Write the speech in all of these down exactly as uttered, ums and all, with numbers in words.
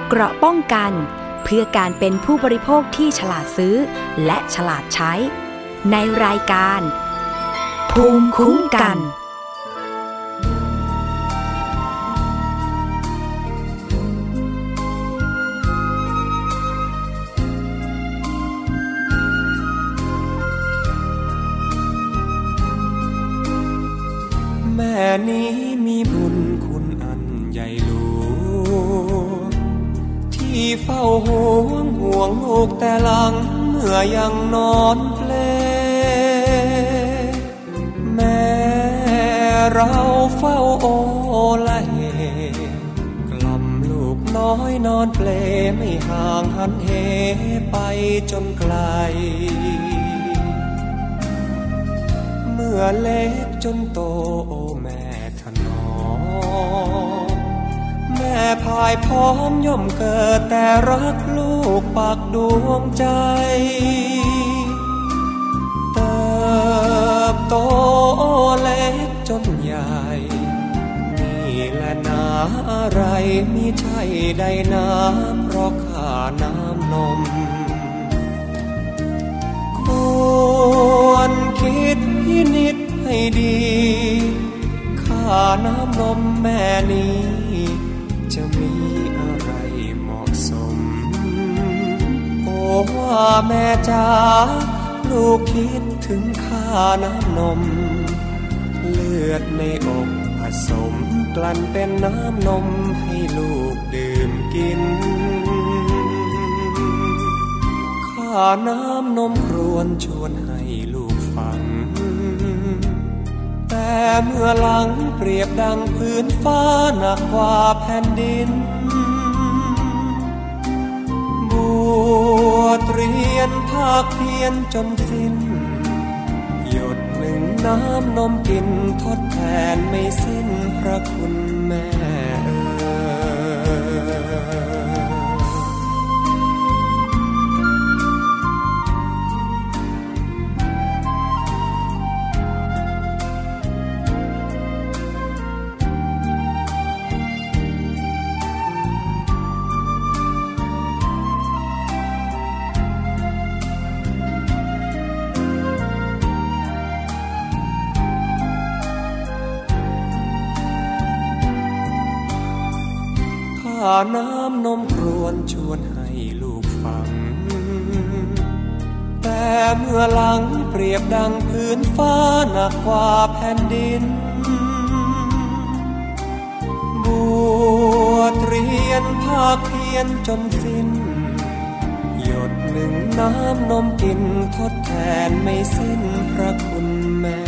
เกราะป้องกันเพื่อการเป็นผู้บริโภคที่ฉลาดซื้อและฉลาดใช้ในรายการภูมิคุ้มกันแม่นี้มีบุญคุณอันใหญ่หลวงที่เฝ้าห่วงห่วงลูกแต่หลังเมื่อยังนอนเปลแม่เราเฝ้าโอละเหกล่อมลูกน้อยนอนเปลไม่ห่างหันเหไปจนไกลเมื่อเล็กจนโตโอ้แม่ถนอมแม่พายพร้อมย่อมเกิดแต่รักลูกปากดวงใจเติบโตเล็กจนใหญ่นี่แหละนาอะไรมิใช่ใดนาเพราะข้าน้ำนมควรคิดพินิจให้ดีข้าน้ำนมแม่นี้จะมีอะไรเหมาะสมโอ้ว่าแม่จ๋าลูกคิดถึงข้าน้ำนมเลือดในอกผสมกลั่นเป็นน้ำนมให้ลูกดื่มกินข้าน้ำนมครวญชวนให้ลูกฟังแต่เมื่อหลังเปรียบดังพื้นฟ้าหนักกว่าแผ่นดินบวชเรียนภาคเพียรจนสิ้นหยดหนึ่งน้ำนมกินทดแทนไม่สิ้นพระคุณแม่ข้าน้ำนมครวญชวนให้ลูกฟังแต่เมื่อหลังเปรียบดังพื้นฟ้าหนักกว่าแผ่นดินบวชเรียนภาคเพียรจนสิ้นหยดหนึ่งน้ำนมกินทดแทนไม่สิ้นพระคุณแม่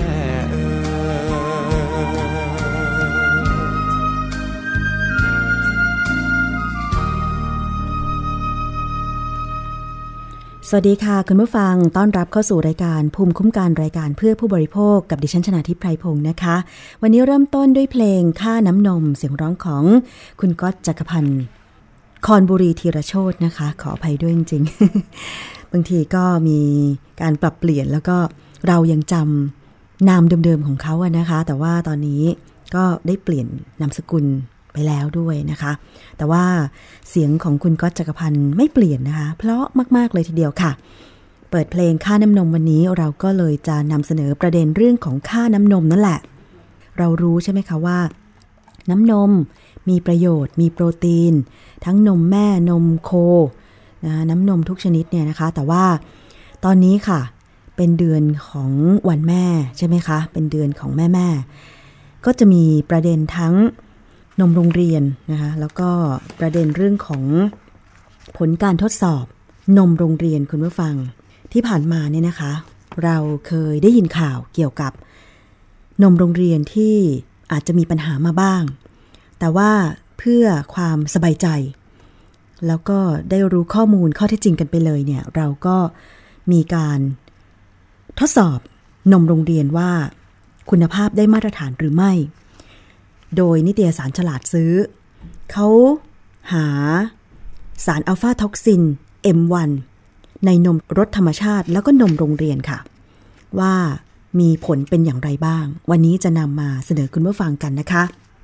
สวัสดีค่ะคุณผู้ฟังต้อนรับเข้าสู่รายการภูมิคุ้มกันรายการเพื่อผู้บริโภคกับดิฉันชนาธิปไพรพงศ์นะคะวันนี้เริ่มต้นด้วยเพลงค่าน้ำนมเสียงร้องของคุณก๊อตจักรพันธ์คอนบุรีธีรโชตินะคะขออภัยด้วยจริงๆ บางทีก็มีการปรับเปลี่ยนแล้วก็เรายังจำนามเดิมๆของเขาอะนะคะแต่ว่าตอนนี้ก็ได้เปลี่ยนนามสกุลไปแล้วด้วยนะคะแต่ว่าเสียงของคุณก๊อตจักรพันธ์ไม่เปลี่ยนนะคะเพราะมากๆเลยทีเดียวค่ะเปิดเพลงค่าน้ำนมวันนี้เราก็เลยจะนำเสนอประเด็นเรื่องของค่าน้ำนมนั่นแหละเรารู้ใช่ไหมคะว่าน้ำนมมีประโยชน์มีโปรตีนทั้งนมแม่นมโคนะน้ำนมทุกชนิดเนี่ยนะคะแต่ว่าตอนนี้ค่ะเป็นเดือนของวันแม่ใช่ไหมคะเป็นเดือนของแม่แม่ก็จะมีประเด็นทั้งนมโรงเรียนนะคะแล้วก็ประเด็นเรื่องของผลการทดสอบนมโรงเรียนคุณผู้ฟังที่ผ่านมาเนี่ยนะคะเราเคยได้ยินข่าวเกี่ยวกับนมโรงเรียนที่อาจจะมีปัญหามาบ้างแต่ว่าเพื่อความสบายใจแล้วก็ได้รู้ข้อมูลข้อเท็จจริงกันไปเลยเนี่ยเราก็มีการทดสอบนมโรงเรียนว่าคุณภาพได้มาตรฐานหรือไม่โดยนิตยสารฉลาดซื้อเขาหาสารอัลฟาท็อกซิน เอ็ม วัน ในนมรสธรรมชาติแล้วก็นมโรงเรียนค่ะว่ามีผลเป็นอย่างไรบ้างวันนี้จะนำมาเสนอคุณผู้ฟังกันนะคะ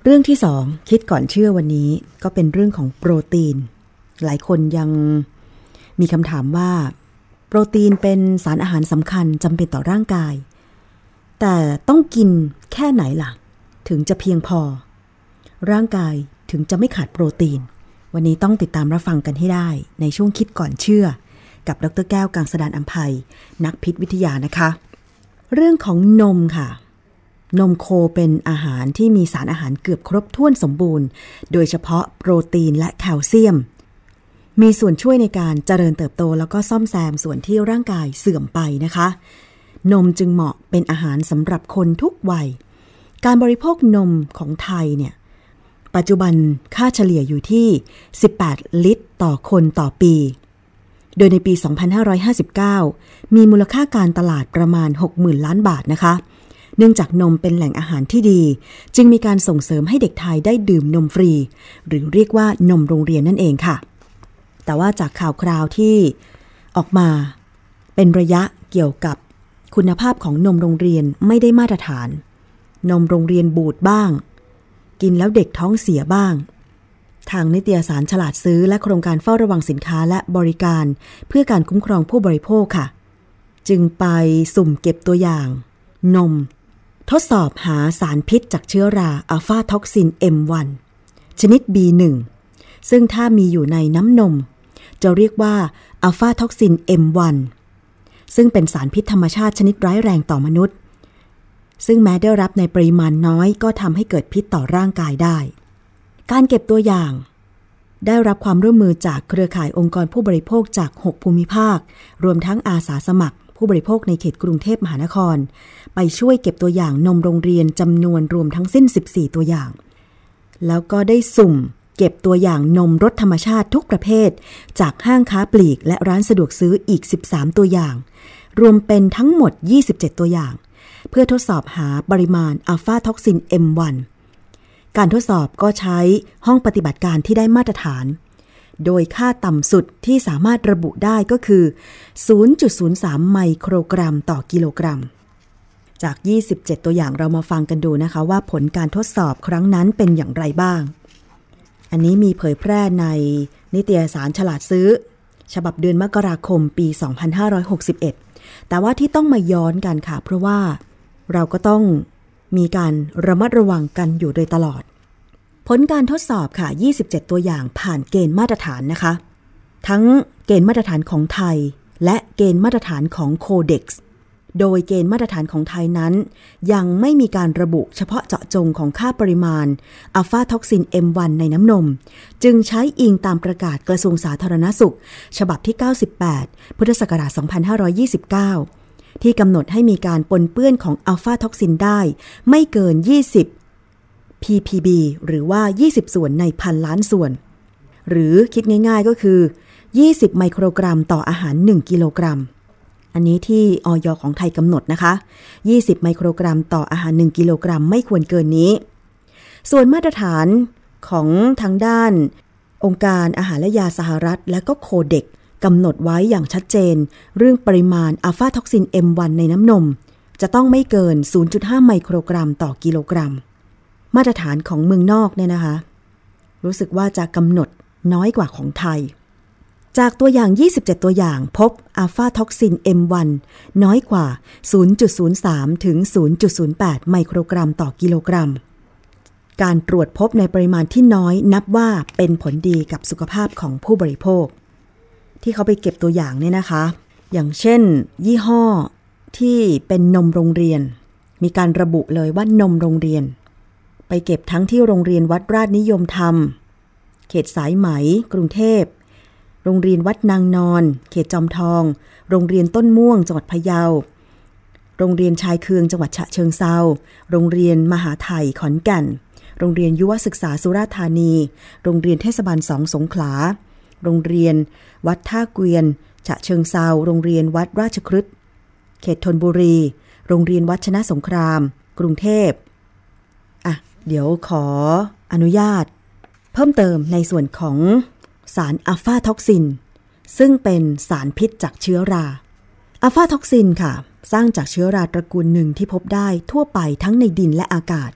เรื่องที่สองคิดก่อนเชื่อวันนี้ก็เป็นเรื่องของโปรตีนหลายคนยังมีคำถามว่าโปรตีนเป็นสารอาหารสำคัญจำเป็นต่อร่างกายแต่ต้องกินแค่ไหนล่ะถึงจะเพียงพอร่างกายถึงจะไม่ขาดโปรตีนวันนี้ต้องติดตามรับฟังกันให้ได้ในช่วงคิดก่อนเชื่อกับดร.แก้วกังสดาลอำไพนักพิษวิทยานะคะเรื่องของนมค่ะนมโคเป็นอาหารที่มีสารอาหารเกือบครบถ้วนสมบูรณ์โดยเฉพาะโปรตีนและแคลเซียมมีส่วนช่วยในการเจริญเติบโตแล้วก็ซ่อมแซมส่วนที่ร่างกายเสื่อมไปนะคะนมจึงเหมาะเป็นอาหารสำหรับคนทุกวัยการบริโภคนมของไทยเนี่ยปัจจุบันค่าเฉลี่ยอยู่ที่สิบแปดลิตรต่อคนต่อปีโดยในปีสองพันห้าร้อยห้าสิบเก้ามีมูลค่าการตลาดประมาณ หกหมื่น ล้านบาทนะคะเนื่องจากนมเป็นแหล่งอาหารที่ดีจึงมีการส่งเสริมให้เด็กไทยได้ดื่มนมฟรีหรือเรียกว่านมโรงเรียนนั่นเองค่ะแต่ว่าจากข่าวคราวที่ออกมาเป็นระยะเกี่ยวกับคุณภาพของนมโรงเรียนไม่ได้มาตรฐานนมโรงเรียนบูดบ้างกินแล้วเด็กท้องเสียบ้างทางนิตยสารฉลาดซื้อและโครงการเฝ้าระวังสินค้าและบริการเพื่อการคุ้มครองผู้บริโภคค่ะจึงไปสุ่มเก็บตัวอย่างนมทดสอบหาสารพิษจากเชื้อราอัลฟาท็อกซิน เอ็ม วัน ชนิด บี หนึ่ง ซึ่งถ้ามีอยู่ในน้ำนมจะเรียกว่าอัลฟาท็อกซิน เอ็ม วัน ซึ่งเป็นสารพิษธรรมชาติชนิดร้ายแรงต่อมนุษย์ซึ่งแม้ได้รับในปริมาณน้อยก็ทำให้เกิดพิษต่อร่างกายได้การเก็บตัวอย่างได้รับความร่วมมือจากเครือข่ายองค์กรผู้บริโภคจากหกภูมิภาครวมทั้งอาสาสมัครผู้บริโภคในเขตกรุงเทพมหานครไปช่วยเก็บตัวอย่างนมโรงเรียนจำนวนรวมทั้งสิ้นสิบสี่ตัวอย่างแล้วก็ได้สุ่มเก็บตัวอย่างนมรสธรรมชาติทุกประเภทจากห้างค้าปลีกและร้านสะดวกซื้ออีกสิบสามตัวอย่างรวมเป็นทั้งหมดยี่สิบเจ็ดตัวอย่างเพื่อทดสอบหาปริมาณอัลฟาท็อกซิน เอ็ม วัน การทดสอบก็ใช้ห้องปฏิบัติการที่ได้มาตรฐานโดยค่าต่ำสุดที่สามารถระบุได้ก็คือ ศูนย์จุดศูนย์สาม ไมโครกรัมต่อกิโลกรัมจากยี่สิบเจ็ดตัวอย่างเรามาฟังกันดูนะคะว่าผลการทดสอบครั้งนั้นเป็นอย่างไรบ้างอันนี้มีเผยแพร่ในนิตยสารฉลาดซื้อฉบับเดือนมกราคมปีสองพันห้าร้อยหกสิบเอ็ดแต่ว่าที่ต้องมาย้อนกันค่ะเพราะว่าเราก็ต้องมีการระมัดระวังกันอยู่โดยตลอดผลการทดสอบค่ะยี่สิบเจ็ดตัวอย่างผ่านเกณฑ์มาตรฐานนะคะทั้งเกณฑ์มาตรฐานของไทยและเกณฑ์มาตรฐานของโคเด็กซ์โดยเกณฑ์มาตรฐานของไทยนั้นยังไม่มีการระบุเฉพาะเจาะจงของค่าปริมาณอัลฟาท็อกซิน เอ็ม วัน ในน้ำนมจึงใช้อิงตามประกาศกระทรวงสาธารณสุขฉบับที่เก้าสิบแปดพุทธศักราชสองพันห้าร้อยยี่สิบเก้าที่กำหนดให้มีการปนเปื้อนของอัลฟาท็อกซินได้ไม่เกินยี่สิบ พี พี บี หรือว่ายี่สิบส่วนในพันล้านส่วนหรือคิดง่ายๆก็คือยี่สิบไมโครกรัมต่ออาหารหนึ่งกิโลกรัมอันนี้ที่อย.ของไทยกำหนดนะคะยี่สิบไมโครกรัมต่ออาหารหนึ่งกิโลกรัมไม่ควรเกินนี้ส่วนมาตรฐานของทางด้านองค์การอาหารและยาสหรัฐและก็โคเด็กกำหนดไว้อย่างชัดเจนเรื่องปริมาณอัลฟาท็อกซิน เอ็ม วัน ในน้ำนมจะต้องไม่เกิน ศูนย์จุดห้า ไมโครกรัมต่อกิโลกรัมมาตรฐานของเมืองนอกเนี่ยนะคะรู้สึกว่าจะกำหนดน้อยกว่าของไทยจากตัวอย่างยี่สิบเจ็ดตัวอย่างพบอัลฟาท็อกซิน เอ็ม วัน น้อยกว่า ศูนย์จุดศูนย์สาม ถึง ศูนย์จุดศูนย์แปด ไมโครกรัมต่อกิโลกรัมการตรวจพบในปริมาณที่น้อยนับว่าเป็นผลดีกับสุขภาพของผู้บริโภคที่เขาไปเก็บตัวอย่างเนี่ยนะคะอย่างเช่นยี่ห้อที่เป็นนมโรงเรียนมีการระบุเลยว่านมโรงเรียนไปเก็บทั้งที่โรงเรียนวัดราชนิยมธรรมเขตสายไหมกรุงเทพโรงเรียนวัดนางนอนเขตจอมทองโรงเรียนต้นม่วงจังหวัดพะเยาโรงเรียนชายเคืองจังหวัดฉะเชิงเทราโรงเรียนมหาไทยขอนแก่นโรงเรียนยุวศึกษาสุราษฎร์ธานีโรงเรียนเทศบาลสองสงขลาโรงเรียนวัดท่าเกวียนฉะเชิงเทราโรงเรียนวัดราชคฤห์เขตธนบุรีโรงเรียนวัดชนะสงครามกรุงเทพอ่ะเดี๋ยวขออนุญาตเพิ่มเติมในส่วนของสารอัลฟาท็อกซินซึ่งเป็นสารพิษจากเชื้อราอัลฟาท็อกซินค่ะสร้างจากเชื้อราตระกูลหนึ่งที่พบได้ทั่วไปทั้งในดินและอากาศ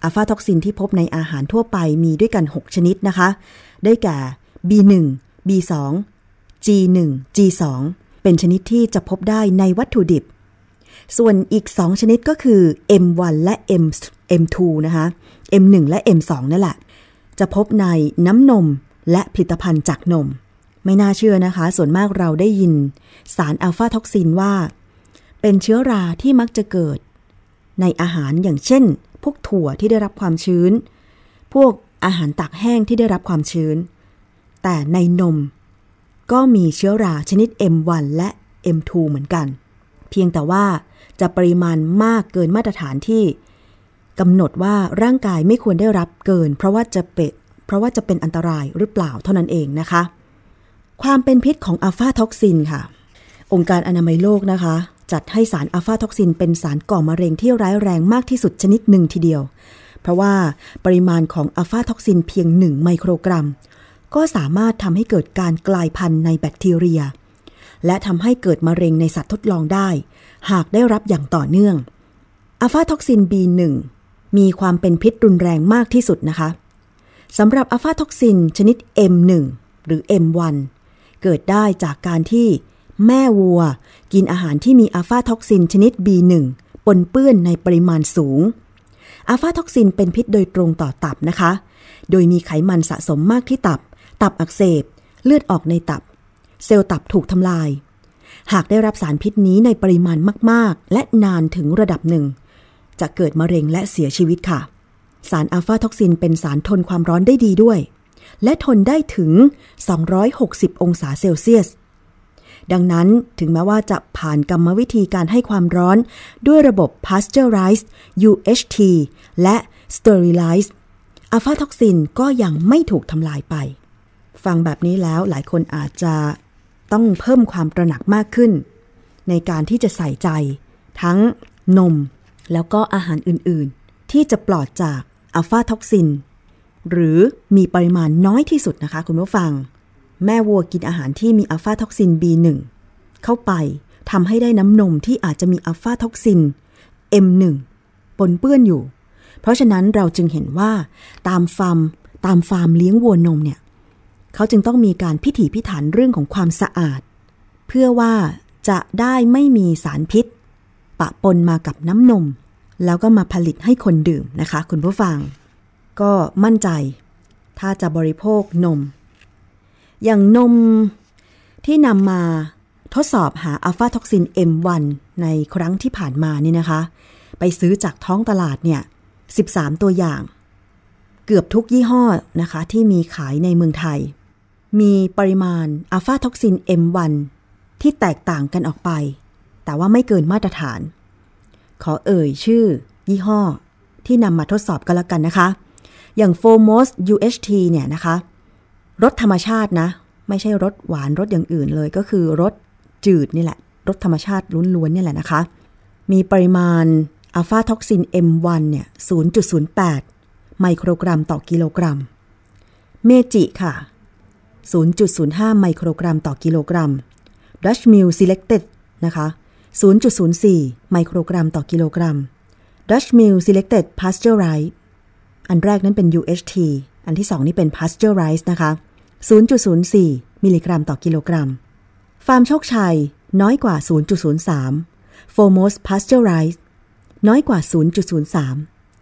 อัลฟาท็อกซินที่พบในอาหารทั่วไปมีด้วยกันหกชนิดนะคะได้แก่ บี หนึ่ง บี สอง จี หนึ่ง จี สอง เป็นชนิดที่จะพบได้ในวัตถุดิบส่วนอีกสองชนิดก็คือ เอ็ม วัน และ M เอ็ม ทู นะคะ เอ็ม หนึ่ง และ เอ็ม สอง นั่นแหละจะพบในน้ำนมและผลิตภัณฑ์จากนมไม่น่าเชื่อนะคะส่วนมากเราได้ยินสารอัลฟาท็อกซินว่าเป็นเชื้อราที่มักจะเกิดในอาหารอย่างเช่นพวกถั่วที่ได้รับความชื้นพวกอาหารตากแห้งที่ได้รับความชื้นแต่ในนมก็มีเชื้อราชนิด เอ็ม วัน และ เอ็ม ทู เหมือนกันเพียงแต่ว่าจะปริมาณมากเกินมาตรฐานที่กำหนดว่าร่างกายไม่ควรได้รับเกินเพราะว่าจะเป็นเพราะว่าจะเป็นอันตรายหรือเปล่าเท่านั้นเองนะคะความเป็นพิษของอัลฟาท็อกซินค่ะองค์การอนามัยโลกนะคะจัดให้สารอัลฟาท็อกซินเป็นสารก่อมะเร็งที่ร้ายแรงมากที่สุดชนิดหนึ่งทีเดียวเพราะว่าปริมาณของอัลฟาท็อกซินเพียงหนึ่งไมโครกรัมก็สามารถทำให้เกิดการกลายพันธุ์ในแบคทีเรียและทำให้เกิดมะเร็งในสัตว์ทดลองได้หากได้รับอย่างต่อเนื่องอัลฟาท็อกซิน บี หนึ่ง มีความเป็นพิษรุนแรงมากที่สุดนะคะสำหรับอัลฟาท็อกซินชนิด เอ็ม หนึ่ง หรือ เอ็ม วัน เกิดได้จากการที่แม่วัวกินอาหารที่มีอัลฟาท็อกซินชนิด บี หนึ่ง ปนเปื้อนในปริมาณสูงอัลฟาท็อกซินเป็นพิษโดยตรงต่อตับนะคะโดยมีไขมันสะสมมากที่ตับตับอักเสบเลือดออกในตับเซลล์ตับถูกทำลายหากได้รับสารพิษนี้ในปริมาณมากๆและนานถึงระดับหนึ่งจะเกิดมะเร็งและเสียชีวิตค่ะสารอัลฟาท็อกซินเป็นสารทนความร้อนได้ดีด้วยและทนได้ถึงสองร้อยหกสิบองศาเซลเซียสดังนั้นถึงแม้ว่าจะผ่านกรรมวิธีการให้ความร้อนด้วยระบบ Pasteurized ยู เอช ที และ Sterilized อัลฟาท็อกซินก็ยังไม่ถูกทำลายไปฟังแบบนี้แล้วหลายคนอาจจะต้องเพิ่มความตระหนักมากขึ้นในการที่จะใส่ใจทั้งนมแล้วก็อาหารอื่นๆที่จะปลอดจากอัลฟาท็อกซินหรือมีปริมาณน้อยที่สุดนะคะคุณผู้ฟังแม่วัวกินอาหารที่มีอัลฟาท็อกซิน บี หนึ่ง เข้าไปทำให้ได้น้ำนมที่อาจจะมีอัลฟาท็อกซิน เอ็ม หนึ่ง ปนเปื้อนอยู่เพราะฉะนั้นเราจึงเห็นว่าตามฟาร์มตามฟาร์มเลี้ยงวัวนมเนี่ยเขาจึงต้องมีการพิถีพิถันเรื่องของความสะอาดเพื่อว่าจะได้ไม่มีสารพิษปะปนมากับน้ำนมแล้วก็มาผลิตให้คนดื่มนะคะคุณผู้ฟังก็มั่นใจถ้าจะบริโภคนมอย่างนมที่นำมาทดสอบหาอัลฟาท็อกซิน เอ็ม วัน ในครั้งที่ผ่านมานี่นะคะไปซื้อจากท้องตลาดเนี่ยสิบสามตัวอย่างเกือบทุกยี่ห้อนะคะที่มีขายในเมืองไทยมีปริมาณอัลฟาท็อกซิน เอ็ม วัน ที่แตกต่างกันออกไปแต่ว่าไม่เกินมาตรฐานขอเอ่ยชื่อยี่ห้อที่นำมาทดสอบกันละกันนะคะอย่าง Foremost ยู เอช ที เนี่ยนะคะรสธรรมชาตินะไม่ใช่รสหวานรสอย่างอื่นเลยก็คือรสจืดนี่แหละรสธรรมชาติล้วนๆนี่แหละนะคะมีปริมาณอัลฟาท็อกซิน เอ็ม วัน เนี่ย ศูนย์จุดศูนย์แปด ไมโครกรัมต่อกิโลกรัมเมจิค่ะ ศูนย์จุดศูนย์ห้า ไมโครกรัมต่อกิโลกรัม Dutch Mill Selected นะคะ ศูนย์จุดศูนย์สี่ ไมโครกรัมต่อกิโลกรัม Dutch Mill Selected Pasteurized อันแรกนั้นเป็น ยู เอช ที อันที่สองนี่เป็น Pasteurized นะคะ ศูนย์จุดศูนย์สี่ มิลลิกรัมต่อกิโลกรัมฟาร์มโชคชัยน้อยกว่า ศูนย์จุดศูนย์สาม Foremost Pasteurized น้อยกว่า ศูนย์จุดศูนย์สาม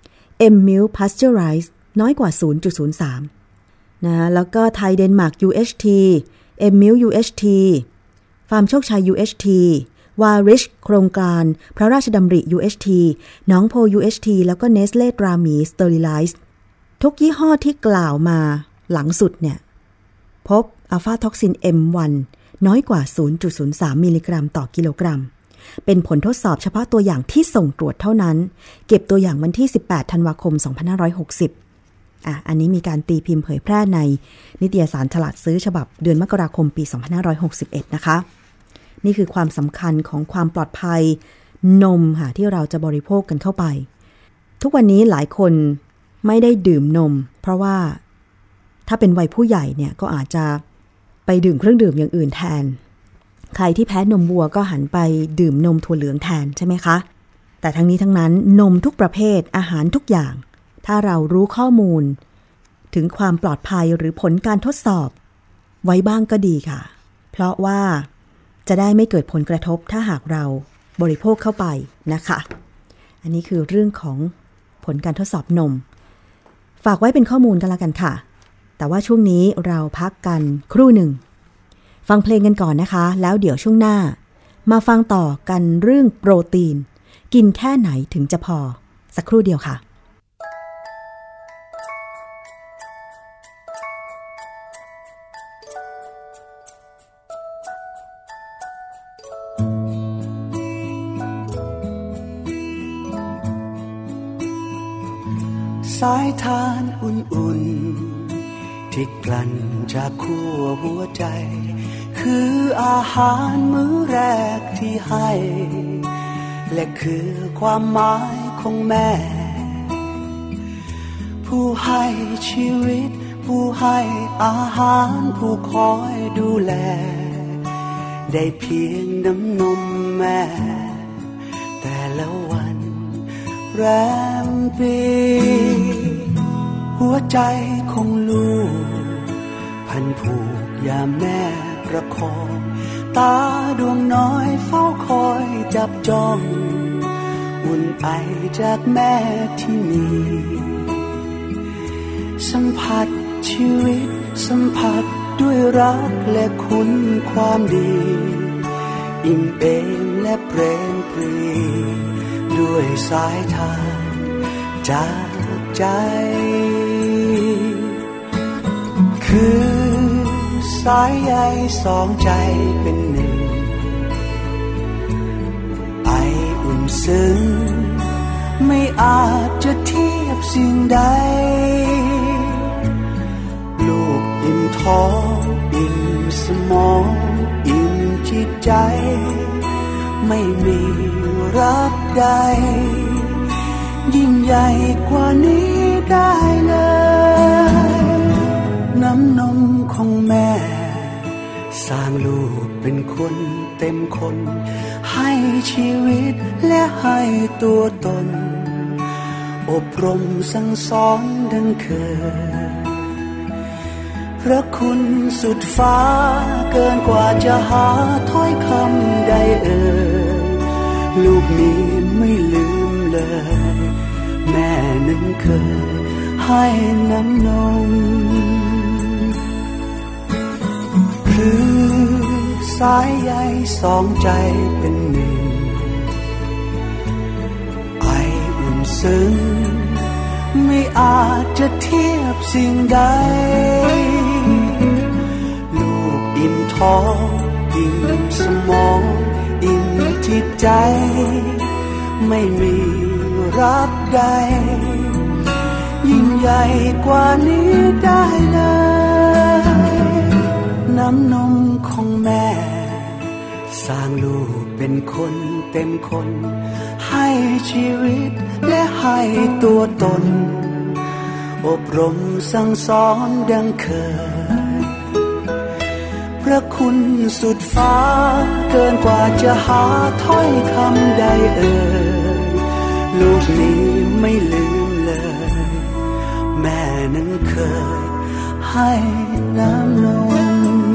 M Milk Pasteurized น้อยกว่า ศูนย์จุดศูนย์สาม นะแล้วก็ไทยเดนมาร์ก ยู เอช ที M Milk ยู เอช ที ฟาร์มโชคชัย ยู เอช ที วาริชโครงการพระราชดำริ ยู เอช ที น้องโพ ยู เอช ที แล้วก็ Nestle ตราหมี Sterilized ทุกยี่ห้อที่กล่าวมาหลังสุดเนี่ยพบอัลฟาท็อกซิน เอ็ม วัน น้อยกว่า ศูนย์จุดศูนย์สาม มิลลิกรัมต่อกิโลกรัมเป็นผลทดสอบเฉพาะตัวอย่างที่ส่งตรวจเท่านั้นเก็บตัวอย่างวันที่สิบแปดธันวาคมสองพันห้าร้อยหกสิบอ่ะอันนี้มีการตีพิมพ์เผยแพร่ในนิตยสารฉลาดซื้อฉบับเดือนมกราคมปีสองพันห้าร้อยหกสิบเอ็ดนะคะนี่คือความสำคัญของความปลอดภัยนมค่ะที่เราจะบริโภคกันเข้าไปทุกวันนี้หลายคนไม่ได้ดื่มนมเพราะว่าถ้าเป็นวัยผู้ใหญ่เนี่ยก็อาจจะไปดื่มเครื่องดื่มอย่างอื่นแทนใครที่แพ้นมวัวก็หันไปดื่มนมถั่วเหลืองแทนใช่ไหมคะแต่ทั้งนี้ทั้งนั้นนมทุกประเภทอาหารทุกอย่างทถ้าเรารู้ข้อมูลถึงความปลอดภัยหรือผลการทดสอบไว้บ้างก็ดีค่ะเพราะว่าจะได้ไม่เกิดผลกระทบถ้าหากเราบริโภคเข้าไปนะคะอันนี้คือเรื่องของผลการทดสอบนมฝากไว้เป็นข้อมูลกันละกันค่ะแต่ว่าช่วงนี้เราพักกันครู่หนึ่งฟังเพลงกันก่อนนะคะแล้วเดี๋ยวช่วงหน้ามาฟังต่อกันเรื่องโปรตีนกินแค่ไหนถึงจะพอสักครู่เดียวค่ะสายทานอุ่นๆที่กลั่นจากขั้วหัวใจคืออาหารมื้อแรกที่ให้และคือความหมายของแม่ผู้ให้ชีวิตผู้ให้อาหารผู้คอยดูแลได้เพียงน้ำนมแม่แต่ละวันแรมปีหัวใจของลูกพันผูกยามแม่ประคองตาดวงน้อยเฝ้าคอยจับจ้องอุ่นไอจากแม่ที่มีสัมผัสชีวิตสัมผัสด้วยรักและคุณความดีอิ่มเอมและเปรมปรีด้วยสายทานจากใจคือสายใยสองใจเป็นหนึ่งไออุ่นซึ้งไม่อาจจะเทียบสิ่งใดลูกอิ่มท้องอิ่มสมองอิ่มจิตใจไม่มีรักใดยิ่งใหญ่กว่านี้ได้เลยน้ำนมของแม่สร้างลูกเป็นคนเต็มคนให้ชีวิตและให้ตัวตนอบรมสั่งสอนดังเคยพระคุณสุดฟ้าเกินกว่าจะหาถ้อยคำใดเอ่ยลูกนี้ไม่ลืมเลยแม่นั้นเคยให้น้ำนมคือสายใยสองใจเป็นหนึ่งไออุ่นซึ้งไม่อาจจะเทียบสิ่งใดลูกอิ่มท้องอิ่มสมองอิ่มจิตใจไม่มีรักใดยิ่งใหญ่กว่านี้ได้เลยน้ำนมของแม่สร้างลูกเป็นคนเต็มคนให้ชีวิตและให้ตัวตนอบรมสั่งสอนดังเคยพระคุณสุดฟ้าเกินกว่าจะหาถ้อยคำใดเอ่ยลูกนี้ไม่ลืมเลยแม่นั้นเคยให้น้ำนม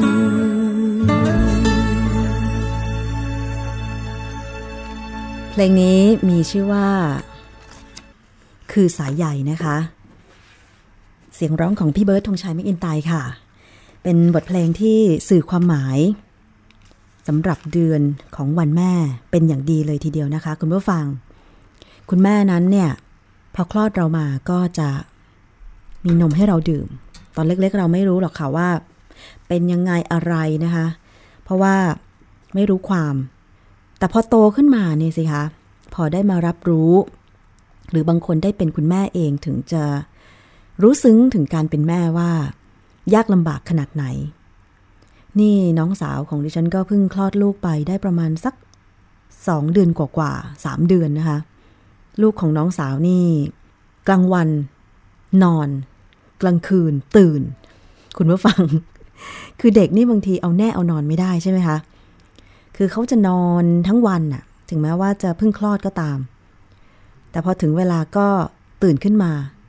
เพลงนี้มีชื่อว่าคือสายใหญ่นะคะเสียงร้องของพี่เบิร์ดธงชัยแมคอินไตร์ค่ะเป็นบทเพลงที่สื่อความหมายสำหรับเดือนของวันแม่เป็นอย่างดีเลยทีเดียวนะคะคุณผู้ฟังคุณแม่นั้นเนี่ยพอคลอดเรามาก็จะมีนมให้เราดื่มตอนเล็กๆเราไม่รู้หรอกค่ะว่าเป็นยังไงอะไรนะคะเพราะว่าไม่รู้ความแต่พอโตขึ้นมาเนี่ยสิคะพอได้มารับรู้หรือบางคนได้เป็นคุณแม่เองถึงจะรู้ซึ้งถึงการเป็นแม่ว่ายากลำบากขนาดไหนนี่น้องสาวของดิฉันก็เพิ่งคลอดลูกไปได้ประมาณสักสองเดือนกว่าๆสามเดือนนะคะลูกของน้องสาวนี่กลางวันนอนกลางคืนตื่นคุณผู้ฟังคือเด็กนี่บางทีเอาแน่เอานอนไม่ได้ใช่ไหมคะคือเขาจะนอนทั้งวันน่ะถึงแม้ว่าจะเพิ่งคลอดก็ตามแต่พอถึงเวลาก็ตื่นขึ้นมา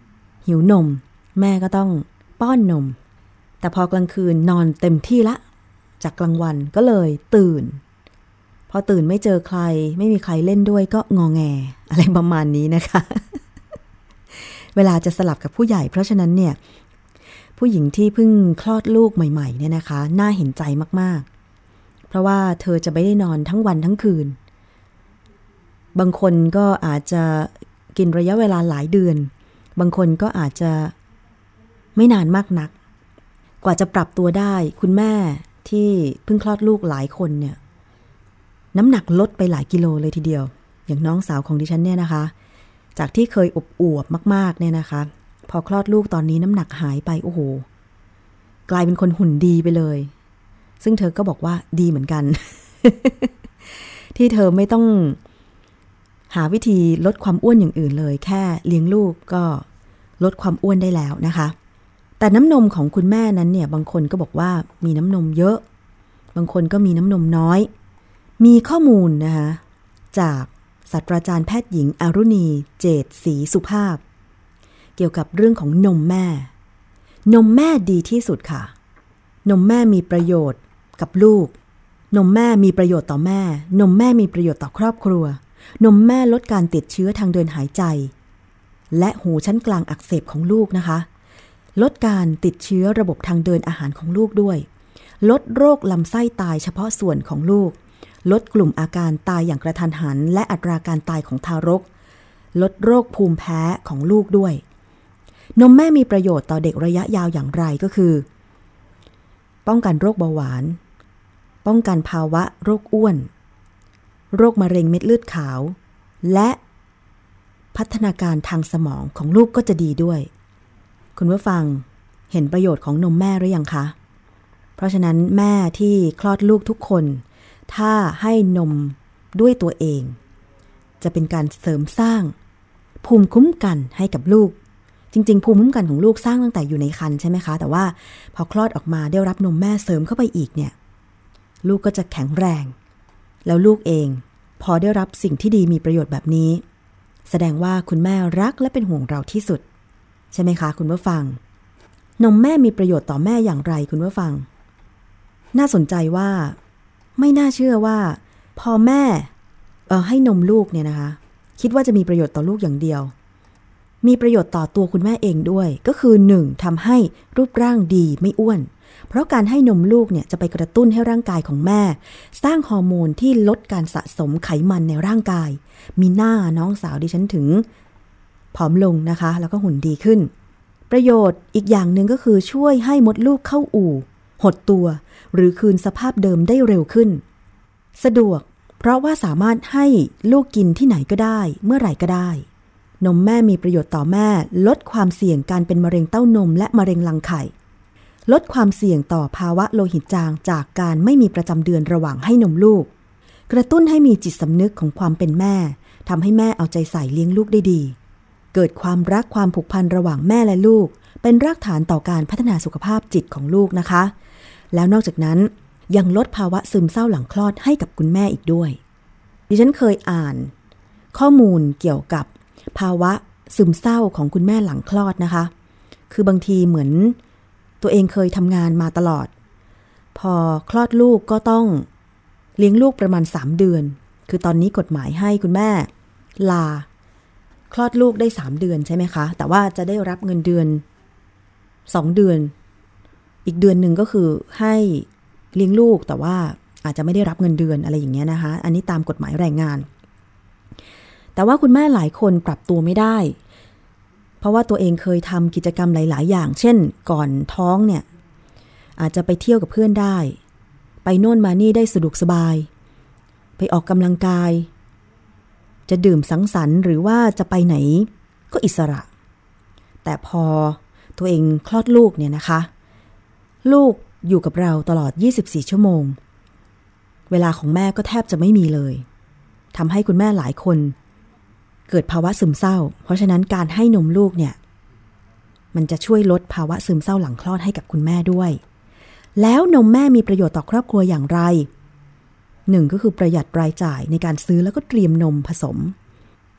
หิวนมแม่ก็ต้องป้อนนมแต่พอกลางคืนนอนเต็มที่ละจากกลางวันก็เลยตื่นพอตื่นไม่เจอใครไม่มีใครเล่นด้วยก็งอแงอะไรประมาณนี้นะคะ เวลาจะสลับกับผู้ใหญ่เพราะฉะนั้นเนี่ยผู้หญิงที่เพิ่งคลอดลูกใหม่ๆเนี่ยนะคะน่าเห็นใจมากๆเพราะว่าเธอจะไม่ได้นอนทั้งวันทั้งคืนบางคนก็อาจจะกินระยะเวลาหลายเดือนบางคนก็อาจจะไม่นานมากนักกว่าจะปรับตัวได้คุณแม่ที่เพิ่งคลอดลูกหลายคนเนี่ยน้ำหนักลดไปหลายกิโลเลยทีเดียวอย่างน้องสาวของดิฉันเนี่ยนะคะจากที่เคยอบอวบมากๆเนี่ยนะคะพอคลอดลูกตอนนี้น้ำหนักหายไปโอ้โหกลายเป็นคนหุ่นดีไปเลยซึ่งเธอก็บอกว่าดีเหมือนกัน ที่เธอไม่ต้องหาวิธีลดความอ้วนอย่างอื่นเลยแค่เลี้ยงลูกก็ลดความอ้วนได้แล้วนะคะแต่น้ำนมของคุณแม่นั้นเนี่ยบางคนก็บอกว่ามีน้ำนมเยอะบางคนก็มีน้ำนมน้อยมีข้อมูลนะคะจากศาสตราจารย์แพทย์หญิงอรุณีเจตศรีสุภาพเกี่ยวกับเรื่องของนมแม่นมแม่ดีที่สุดค่ะนมแม่มีประโยชน์กับลูกนมแม่มีประโยชน์ต่อแม่นมแม่มีประโยชน์ต่อครอบครัวนมแม่ลดการติดเชื้อทางเดินหายใจและหูชั้นกลางอักเสบของลูกนะคะลดการติดเชื้อระบบทางเดินอาหารของลูกด้วยลดโรคลำไส้ตายเฉพาะส่วนของลูกลดกลุ่มอาการตายอย่างกระทันหันและอัตราการตายของทารกลดโรคภูมิแพ้ของลูกด้วยนมแม่มีประโยชน์ต่อเด็กระยะยาวอย่างไรก็คือป้องกันโรคเบาหวานป้องกันภาวะโรคอ้วนโรคมะเร็งเม็ดเลือดขาวและพัฒนาการทางสมองของลูกก็จะดีด้วยคุณผู้ฟังเห็นประโยชน์ของนมแม่หรือยังคะเพราะฉะนั้นแม่ที่คลอดลูกทุกคนถ้าให้นมด้วยตัวเองจะเป็นการเสริมสร้างภูมิคุ้มกันให้กับลูกจริงๆภูมิคุ้มกันของลูกสร้างตั้งแต่อยู่ในครรภ์ใช่ไหมคะแต่ว่าพอคลอดออกมาได้รับนมแม่เสริมเข้าไปอีกเนี่ยลูกก็จะแข็งแรงแล้วลูกเองพอได้รับสิ่งที่ดีมีประโยชน์แบบนี้แสดงว่าคุณแม่รักและเป็นห่วงเราที่สุดใช่ไหมคะคุณผู้ฟังนมแม่มีประโยชน์ต่อแม่อย่างไรคุณผู้ฟังน่าสนใจว่าไม่น่าเชื่อว่าพอแม่เอ่อให้นมลูกเนี่ยนะคะคิดว่าจะมีประโยชน์ต่อลูกอย่างเดียวมีประโยชน์ต่อตัวคุณแม่เองด้วยก็คือหนึ่งทำให้รูปร่างดีไม่อ้วนเพราะการให้นมลูกเนี่ยจะไปกระตุ้นให้ร่างกายของแม่สร้างฮอร์โมนที่ลดการสะสมไขมันในร่างกายมีหน้าน้องสาวดิฉันถึงผอมลงนะคะแล้วก็หุ่นดีขึ้นประโยชน์อีกอย่างหนึ่งก็คือช่วยให้มดลูกเข้าอู่หดตัวหรือคืนสภาพเดิมได้เร็วขึ้นสะดวกเพราะว่าสามารถให้ลูกกินที่ไหนก็ได้เมื่อไหร่ก็ได้นมแม่มีประโยชน์ต่อแม่ลดความเสี่ยงการเป็นมะเร็งเต้านมและมะเร็งรังไข่ลดความเสี่ยงต่อภาวะโลหิตจางจากการไม่มีประจำเดือนระหว่างให้นมลูกกระตุ้นให้มีจิตสำนึกของความเป็นแม่ทำให้แม่เอาใจใส่เลี้ยงลูกได้ดีเกิดความรักความผูกพันระหว่างแม่และลูกเป็นรากฐานต่อการพัฒนาสุขภาพจิตของลูกนะคะแล้วนอกจากนั้นยังลดภาวะซึมเศร้าหลังคลอดให้กับคุณแม่อีกด้วยดิฉันเคยอ่านข้อมูลเกี่ยวกับภาวะซึมเศร้าของคุณแม่หลังคลอดนะคะคือบางทีเหมือนตัวเองเคยทำงานมาตลอดพอคลอดลูกก็ต้องเลี้ยงลูกประมาณสามเดือนคือตอนนี้กฎหมายให้คุณแม่ลาคลอดลูกได้สามเดือนใช่ไหมคะแต่ว่าจะได้รับเงินเดือนสองเดือนอีกเดือนหนึ่งก็คือให้เลี้ยงลูกแต่ว่าอาจจะไม่ได้รับเงินเดือนอะไรอย่างเงี้ยนะคะอันนี้ตามกฎหมายแรงงานแต่ว่าคุณแม่หลายคนปรับตัวไม่ได้เพราะว่าตัวเองเคยทำกิจกรรมหลายๆอย่างเช่นก่อนท้องเนี่ยอาจจะไปเที่ยวกับเพื่อนได้ไปโน่นมานี่ได้สะดวกสบายไปออกกำลังกายจะดื่มสังสรรค์หรือว่าจะไปไหนก็อิสระแต่พอตัวเองคลอดลูกเนี่ยนะคะลูกอยู่กับเราตลอดยี่สิบสี่ชั่วโมงเวลาของแม่ก็แทบจะไม่มีเลยทำให้คุณแม่หลายคนเกิดภาวะซึมเศร้าเพราะฉะนั้นการให้นมลูกเนี่ยมันจะช่วยลดภาวะซึมเศร้าหลังคลอดให้กับคุณแม่ด้วยแล้วนมแม่มีประโยชน์ต่อครอบครัวอย่างไรหนึ่งก็คือประหยัดรายจ่ายในการซื้อแล้วก็เตรียมนมผสม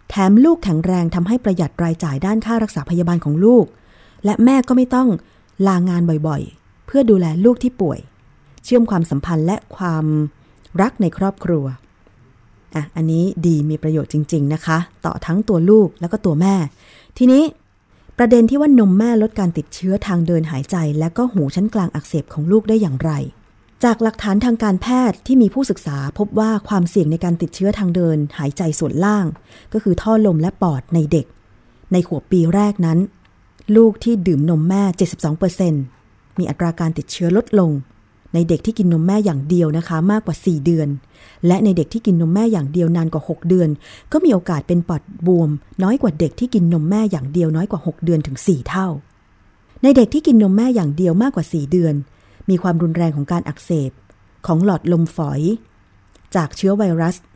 แถมลูกแข็งแรงทำให้ประหยัดรายจ่ายด้านค่ารักษาพยาบาลของลูกและแม่ก็ไม่ต้องลางานบ่อยๆเพื่อดูแลลูกที่ป่วยเชื่อมความสัมพันธ์และความรักในครอบครัวอ่ะอันนี้ดีมีประโยชน์จริงๆนะคะต่อทั้งตัวลูกแล้วก็ตัวแม่ทีนี้ประเด็นที่ว่านมแม่ลดการติดเชื้อทางเดินหายใจและก็หูชั้นกลางอักเสบของลูกได้อย่างไรจากหลักฐานทางการแพทย์ที่มีผู้ศึกษาพบว่าความเสี่ยงในการติดเชื้อทางเดินหายใจส่วนล่างก็คือท่อลมและปอดในเด็กในขวบปีแรกนั้นลูกที่ดื่มนมแม่ เจ็ดสิบสองเปอร์เซ็นต์ มีอัตราการติดเชื้อลดลงในเด็กที่กินนมแม่อย่างเดียวนะคะมากกว่าสี่เดือนและในเด็กที่กินนมแม่อย่างเดียวนานกว่าหกเดือนก็มีโอกาสเป็นปอดบวมน้อยกว่าเด็กที่กินนมแม่อย่างเดียวน้อยกว่าหกเดือนถึงสี่เท่าในเด็กที่กินนมแม่อย่างเดียวมากกว่าสี่เดือนมีความรุนแรงของการอักเสบของหลอดลมฝอยจากเชื้อไวรัส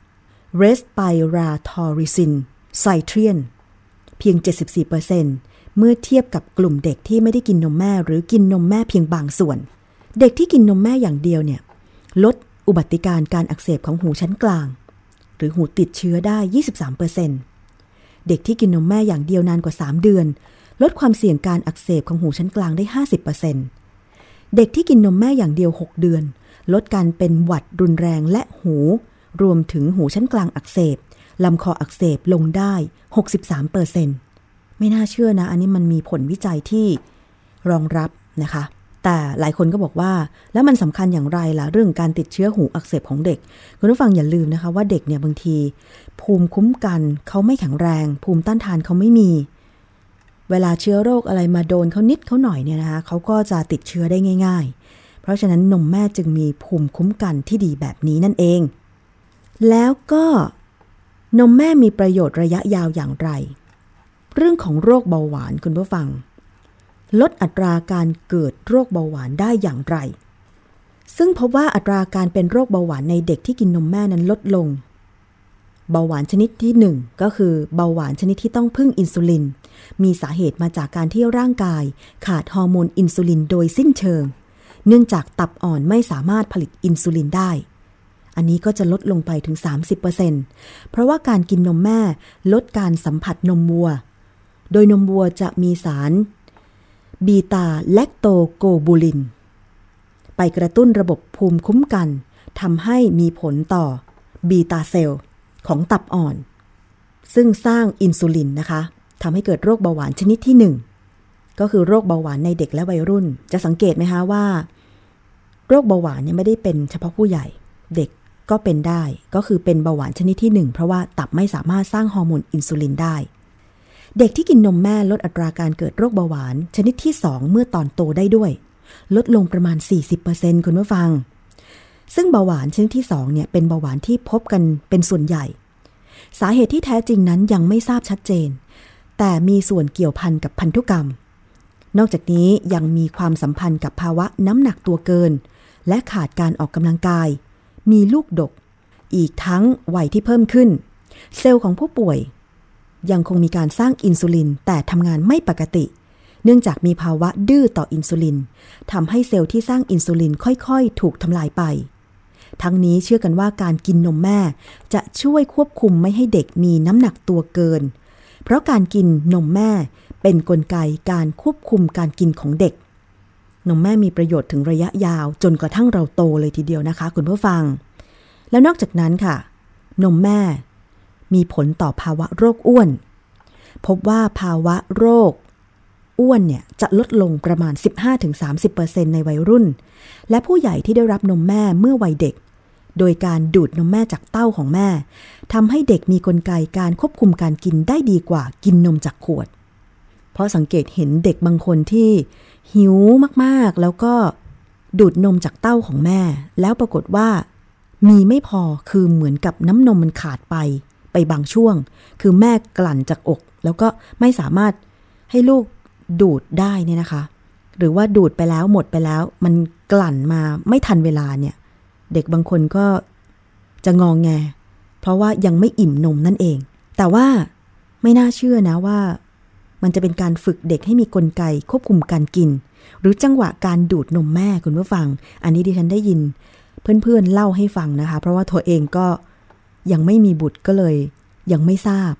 Respiratory Syncytial เพียง เจ็ดสิบสี่เปอร์เซ็นต์ เมื่อเทียบกับกลุ่มเด็กที่ไม่ได้กินนมแม่หรือกินนมแม่เพียงบางส่วนเด็กที่กินนมแม่อย่างเดียวเนี่ยลดอุบัติการการอักเสบของหูชั้นกลางหรือหูติดเชื้อได้ ยี่สิบสามเปอร์เซ็นต์ เด็กที่กินนมแม่อย่างเดียวนานกว่าสามเดือนลดความเสี่ยงการอักเสบของหูชั้นกลางได้ ห้าสิบเปอร์เซ็นต์ เด็กที่กินนมแม่อย่างเดียวหกเดือนลดการเป็นหวัดรุนแรงและหูรวมถึงหูชั้นกลางอักเสบลำคออักเสบลงได้ หกสิบสามเปอร์เซ็นต์ ไม่น่าเชื่อนะอันนี้มันมีผลวิจัยที่รองรับนะคะแต่หลายคนก็บอกว่าแล้วมันสำคัญอย่างไรล่ะเรื่องการติดเชื้อหูอักเสบของเด็กคุณผู้ฟังอย่าลืมนะคะว่าเด็กเนี่ยบางทีภูมิคุ้มกันเขาไม่แข็งแรงภูมิต้านทานเขาไม่มีเวลาเชื้อโรคอะไรมาโดนเขานิดเขาหน่อยเนี่ยนะคะเขาก็จะติดเชื้อได้ง่ายๆเพราะฉะนั้นนมแม่จึงมีภูมิคุ้มกันที่ดีแบบนี้นั่นเองแล้วก็นมแม่มีประโยชน์ระยะยาวอย่างไรเรื่องของโรคเบาหวานคุณผู้ฟังลดอัตราการเกิดโรคเบาหวานได้อย่างไรซึ่งพบว่าอัตราการเป็นโรคเบาหวานในเด็กที่กินนมแม่นั้นลดลงเบาหวานชนิดที่หนึ่งก็คือเบาหวานชนิดที่ต้องพึ่งอินซูลินมีสาเหตุมาจากการที่ร่างกายขาดฮอร์โมนอินซูลินโดยสิ้นเชิงเนื่องจากตับอ่อนไม่สามารถผลิตอินซูลินได้อันนี้ก็จะลดลงไปถึง สามสิบเปอร์เซ็นต์ เพราะว่าการกินนมแม่ลดการสัมผัสนมวัวโดยนมวัวจะมีสารบีตาแลคโตโกบูลินไปกระตุ้นระบบภูมิคุ้มกันทำให้มีผลต่อบีตาเซลล์ของตับอ่อนซึ่งสร้างอินซูลินนะคะทำให้เกิดโรคเบาหวานชนิดที่หนึ่งก็คือโรคเบาหวานในเด็กและวัยรุ่นจะสังเกตไหมคะว่าโรคเบาหวานเนี่ยไม่ได้เป็นเฉพาะผู้ใหญ่เด็กก็เป็นได้ก็คือเป็นเบาหวานชนิดที่หนึ่งเพราะว่าตับไม่สามารถสร้างฮอร์โมนอินซูลินได้เด็กที่กินนมแม่ลดอัตราการเกิดโรคเบาหวานชนิดที่สองเมื่อตอนโตได้ด้วยลดลงประมาณ สี่สิบเปอร์เซ็นต์ คุณผู้ฟังซึ่งเบาหวานชนิดที่สองเนี่ยเป็นเบาหวานที่พบกันเป็นส่วนใหญ่สาเหตุที่แท้จริงนั้นยังไม่ทราบชัดเจนแต่มีส่วนเกี่ยวพันกับพันธุกรรมนอกจากนี้ยังมีความสัมพันธ์กับภาวะน้ำหนักตัวเกินและขาดการออกกำลังกายมีลูกดกอีกทั้งวัยที่เพิ่มขึ้นเซลล์ของผู้ป่วยยังคงมีการสร้างอินซูลินแต่ทำงานไม่ปกติเนื่องจากมีภาวะดื้อต่ออินซูลินทำให้เซลล์ที่สร้างอินซูลินค่อยๆถูกทำลายไปทั้งนี้เชื่อกันว่าการกินนมแม่จะช่วยควบคุมไม่ให้เด็กมีน้ำหนักตัวเกินเพราะการกินนมแม่เป็นกลไกการควบคุมการกินของเด็กนมแม่มีประโยชน์ถึงระยะยาวจนกระทั่งเราโตเลยทีเดียวนะคะคุณผู้ฟังแล้วนอกจากนั้นค่ะนมแม่มีผลต่อภาวะโรคอ้วนพบว่าภาวะโรคอ้วนเนี่ยจะลดลงประมาณ สิบห้าถึงสามสิบเปอร์เซ็นต์ ในวัยรุ่นและผู้ใหญ่ที่ได้รับนมแม่เมื่อวัยเด็กโดยการดูดนมแม่จากเต้าของแม่ทำให้เด็กมีกลไกการควบคุมการกินได้ดีกว่ากินนมจากขวดเพราะสังเกตเห็นเด็กบางคนที่หิวมากๆแล้วก็ดูดนมจากเต้าของแม่แล้วปรากฏว่ามีไม่พอคือเหมือนกับน้ำนมมันขาดไปไปบางช่วงคือแม่กลั่นจากอกแล้วก็ไม่สามารถให้ลูกดูดได้เนี่ยนะคะหรือว่าดูดไปแล้วหมดไปแล้วมันกลั่นมาไม่ทันเวลาเนี่ยเด็กบางคนก็จะงองแงเพราะว่ายังไม่อิ่มนมนั่นเองแต่ว่าไม่น่าเชื่อนะว่ามันจะเป็นการฝึกเด็กให้มีกลไกควบคุมการกินหรือจังหวะการดูดนมแม่คุณผู้ฟังอันนี้ดิฉันได้ยินเพื่อนๆเล่าให้ฟังนะคะเพราะว่าตัวเองก็ยังไม่มีบุตรก็เลยยังไม่ทราบ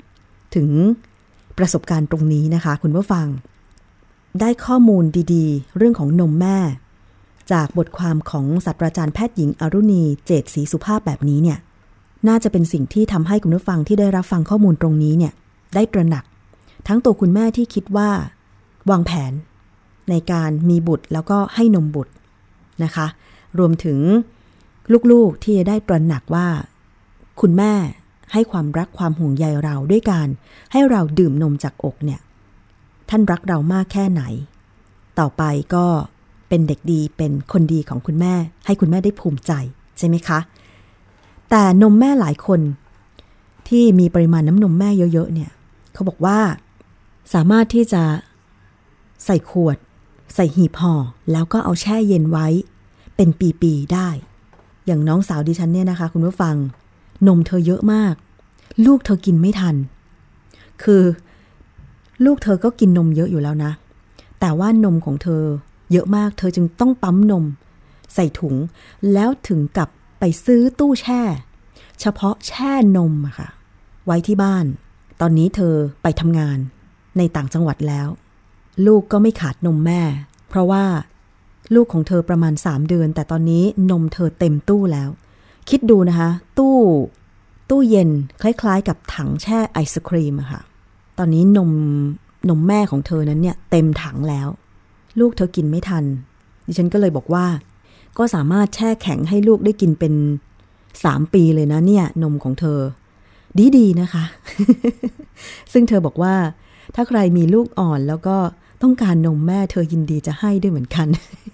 ถึงประสบการณ์ตรงนี้นะคะคุณผู้ฟังได้ข้อมูลดีๆเรื่องของนมแม่จากบทความของศาสตราจารย์แพทย์หญิงอรุณีเจตศรีสุภาพแบบนี้เนี่ยน่าจะเป็นสิ่งที่ทำให้คุณผู้ฟังที่ได้รับฟังข้อมูลตรงนี้เนี่ยได้ตระหนักทั้งตัวคุณแม่ที่คิดว่าวางแผนในการมีบุตรแล้วก็ให้นมบุตรนะคะรวมถึงลูกๆที่จะได้ตระหนักว่าคุณแม่ให้ความรักความห่วงใยเราด้วยการให้เราดื่มนมจากอกเนี่ยท่านรักเรามากแค่ไหนต่อไปก็เป็นเด็กดีเป็นคนดีของคุณแม่ให้คุณแม่ได้ภูมิใจใช่ไหมคะแต่นมแม่หลายคนที่มีปริมาณน้ำนมแม่เยอะๆเนี่ยเขาบอกว่าสามารถที่จะใส่ขวดใส่หีบห่อแล้วก็เอาแช่เย็นไว้เป็นปีๆได้อย่างน้องสาวดิฉันเนี่ยนะคะคุณผู้ฟังนมเธอเยอะมากลูกเธอกินไม่ทันคือลูกเธอก็กินนมเยอะอยู่แล้วนะแต่ว่านมของเธอเยอะมากเธอจึงต้องปั๊มนมใส่ถุงแล้วถึงกับไปซื้อตู้แช่เฉพาะแช่นมอะค่ะไว้ที่บ้านตอนนี้เธอไปทำงานในต่างจังหวัดแล้วลูกก็ไม่ขาดนมแม่เพราะว่าลูกของเธอประมาณสามเดือนแต่ตอนนี้นมเธอเต็มตู้แล้วคิดดูนะคะตู้ตู้เย็นคล้ายๆกับถังแช่ไอศครีมอะค่ะตอนนี้นมนมแม่ของเธอนั้นเนี่ยเต็มถังแล้วลูกเธอกินไม่ทันดิฉันก็เลยบอกว่าก็สามารถแช่แข็งให้ลูกได้กินเป็นสามปีเลยนะเนี่ยนมของเธอดีๆนะคะ ซึ่งเธอบอกว่าถ้าใครมีลูกอ่อนแล้วก็ต้องการนมแม่เธอยินดีจะให้ด้วยเหมือนกัน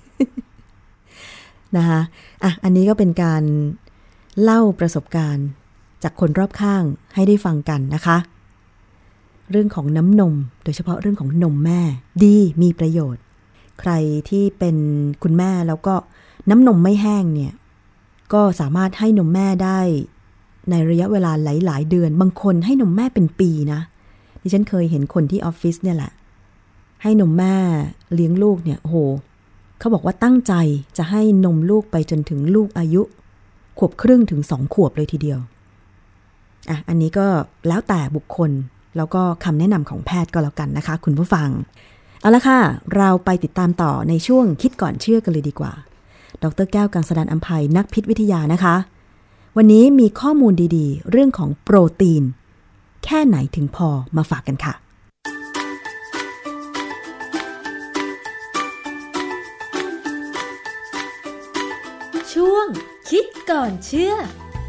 นะคะอ่ะอันนี้ก็เป็นการเล่าประสบการณ์จากคนรอบข้างให้ได้ฟังกันนะคะเรื่องของน้ำนมโดยเฉพาะเรื่องของนมแม่ดีมีประโยชน์ใครที่เป็นคุณแม่แล้วก็น้ำนมไม่แห้งเนี่ยก็สามารถให้นมแม่ได้ในระยะเวลาหลายๆเดือนบางคนให้นมแม่เป็นปีนะดิฉันเคยเห็นคนที่ออฟฟิศเนี่ยแหละให้นมแม่เลี้ยงลูกเนี่ยโอ้โหเขาบอกว่าตั้งใจจะให้นมลูกไปจนถึงลูกอายุขวบครึ่งถึงสองขวบเลยทีเดียวอ่ะอันนี้ก็แล้วแต่บุคคลแล้วก็คำแนะนำของแพทย์ก็แล้วกันนะคะคุณผู้ฟังเอาละค่ะเราไปติดตามต่อในช่วงคิดก่อนเชื่อกันเลยดีกว่าดร.แก้วกังสดาลอำไพนักพิษวิทยานะคะวันนี้มีข้อมูลดีๆเรื่องของโปรตีนแค่ไหนถึงพอมาฝากกันค่ะช่วงคิดก่อนเชื่อ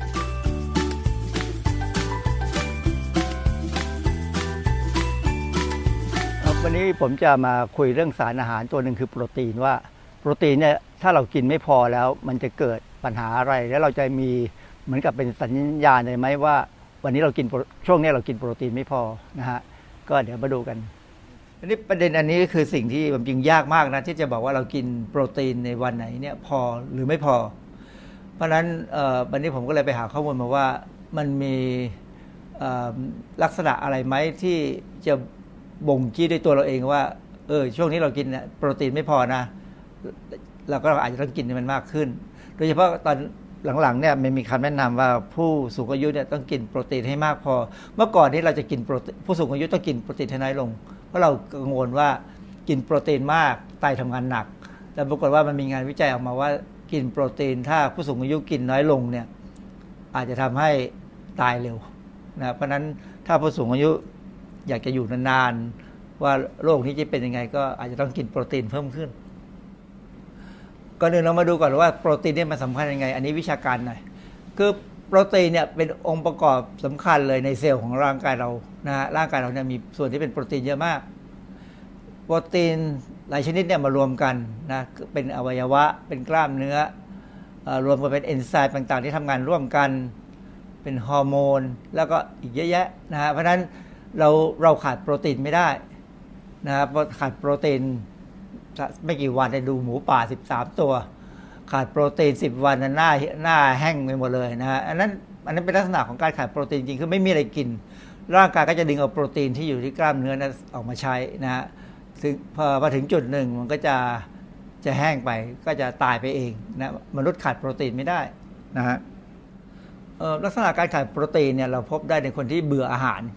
วันนี้ผมจะมาคุยเรื่องสารอาหารตัวหนึ่งคือโปรตีนว่าโปรตีนเนี่ยถ้าเรากินไม่พอแล้วมันจะเกิดปัญหาอะไรแล้วเราจะมีเหมือนกับเป็นสัญญาณเลยไหมว่าวันนี้เรากินช่วงนี้เรากินโปรตีนไม่พอนะฮะก็เดี๋ยวมาดูกันอันนี้ประเด็นอันนี้คือสิ่งที่มันจริงยากมากนะที่จะบอกว่าเรากินโปรตีนในวันไหนเนี่ยพอหรือไม่พอเพราะฉะนั้นวันนี้ผมก็เลยไปหาข้อมูลมาว่ามันมีลักษณะอะไรไหมที่จะบ่งชี้ด้วยตัวเราเองว่าเออช่วงนี้เรากินโปรตีนไม่พอนะเราก็อาจจะต้องกินมันมากขึ้นโดยเฉพาะตอนหลังๆเนี่ยมันมีคำแนะนำว่าผู้สูงอายุเนี่ยต้องกินโปรตีนให้มากพอเมื่อก่อนนี้เราจะกินโปรตีนผู้สูงอายุต้องกินโปรตีนให้น้อยลงเพราะเรากังวลว่ากินโปรตีนมากไตทำงานหนักแต่ปรากฏว่ามันมีงานวิจัยออกมาว่ากินโปรตีนถ้าผู้สูงอายุกินน้อยลงเนี่ยอาจจะทำให้ตายเร็วนะเพราะนั้นถ้าผู้สูงอายุอยากจะอยู่นานๆว่าโรคนี้จะเป็นยังไงก็อาจจะต้องกินโปรตีนเพิ่มขึ้นก่อนอื่นเรามาดูก่อนว่าโปรตีนเนี่ยมันสำคัญยังไงอันนี้วิชาการหน่อยคือโปรตีนเนี่ยเป็นองค์ประกอบสำคัญเลยในเซลล์ของร่างกายเรานะฮะร่างกายเราเนี่ยมีส่วนที่เป็นโปรตีนเยอะมากโปรตีนหลายชนิดเนี่ยมารวมกันนะเป็นอวัยวะเป็นกล้ามเนื้อรวมกันเป็นเอนไซม์ต่างๆที่ทำงานร่วมกันเป็นฮอร์โมนแล้วก็อีกเยอะแยะนะฮะเพราะฉะนั้นเราเราขาดโปรตีนไม่ได้นะครับขาดโปรตีนไม่กี่วันได้ดูหมูป่าสิบสามตัวขาดโปรตีนสิบวันหน้าหน้าแห้งไปหมดเลยนะฮะอันนั้นอันนั้นเป็นลักษณะของการขาดโปรตีนจริงคือไม่มีอะไรกินร่างกายก็จะดึงเอาโปรตีนที่อยู่ที่กล้ามเนื้อนั้นออกมาใช้นะฮะถึงพอมาถึงจุดหนึ่งมันก็จะจะแห้งไปก็จะตายไปเองนะมนุษย์ขาดโปรตีนไม่ได้นะฮะลักษณะการขาดโปรตีนเนี่ยเราพบได้ในคนที่เบื่ออาหาร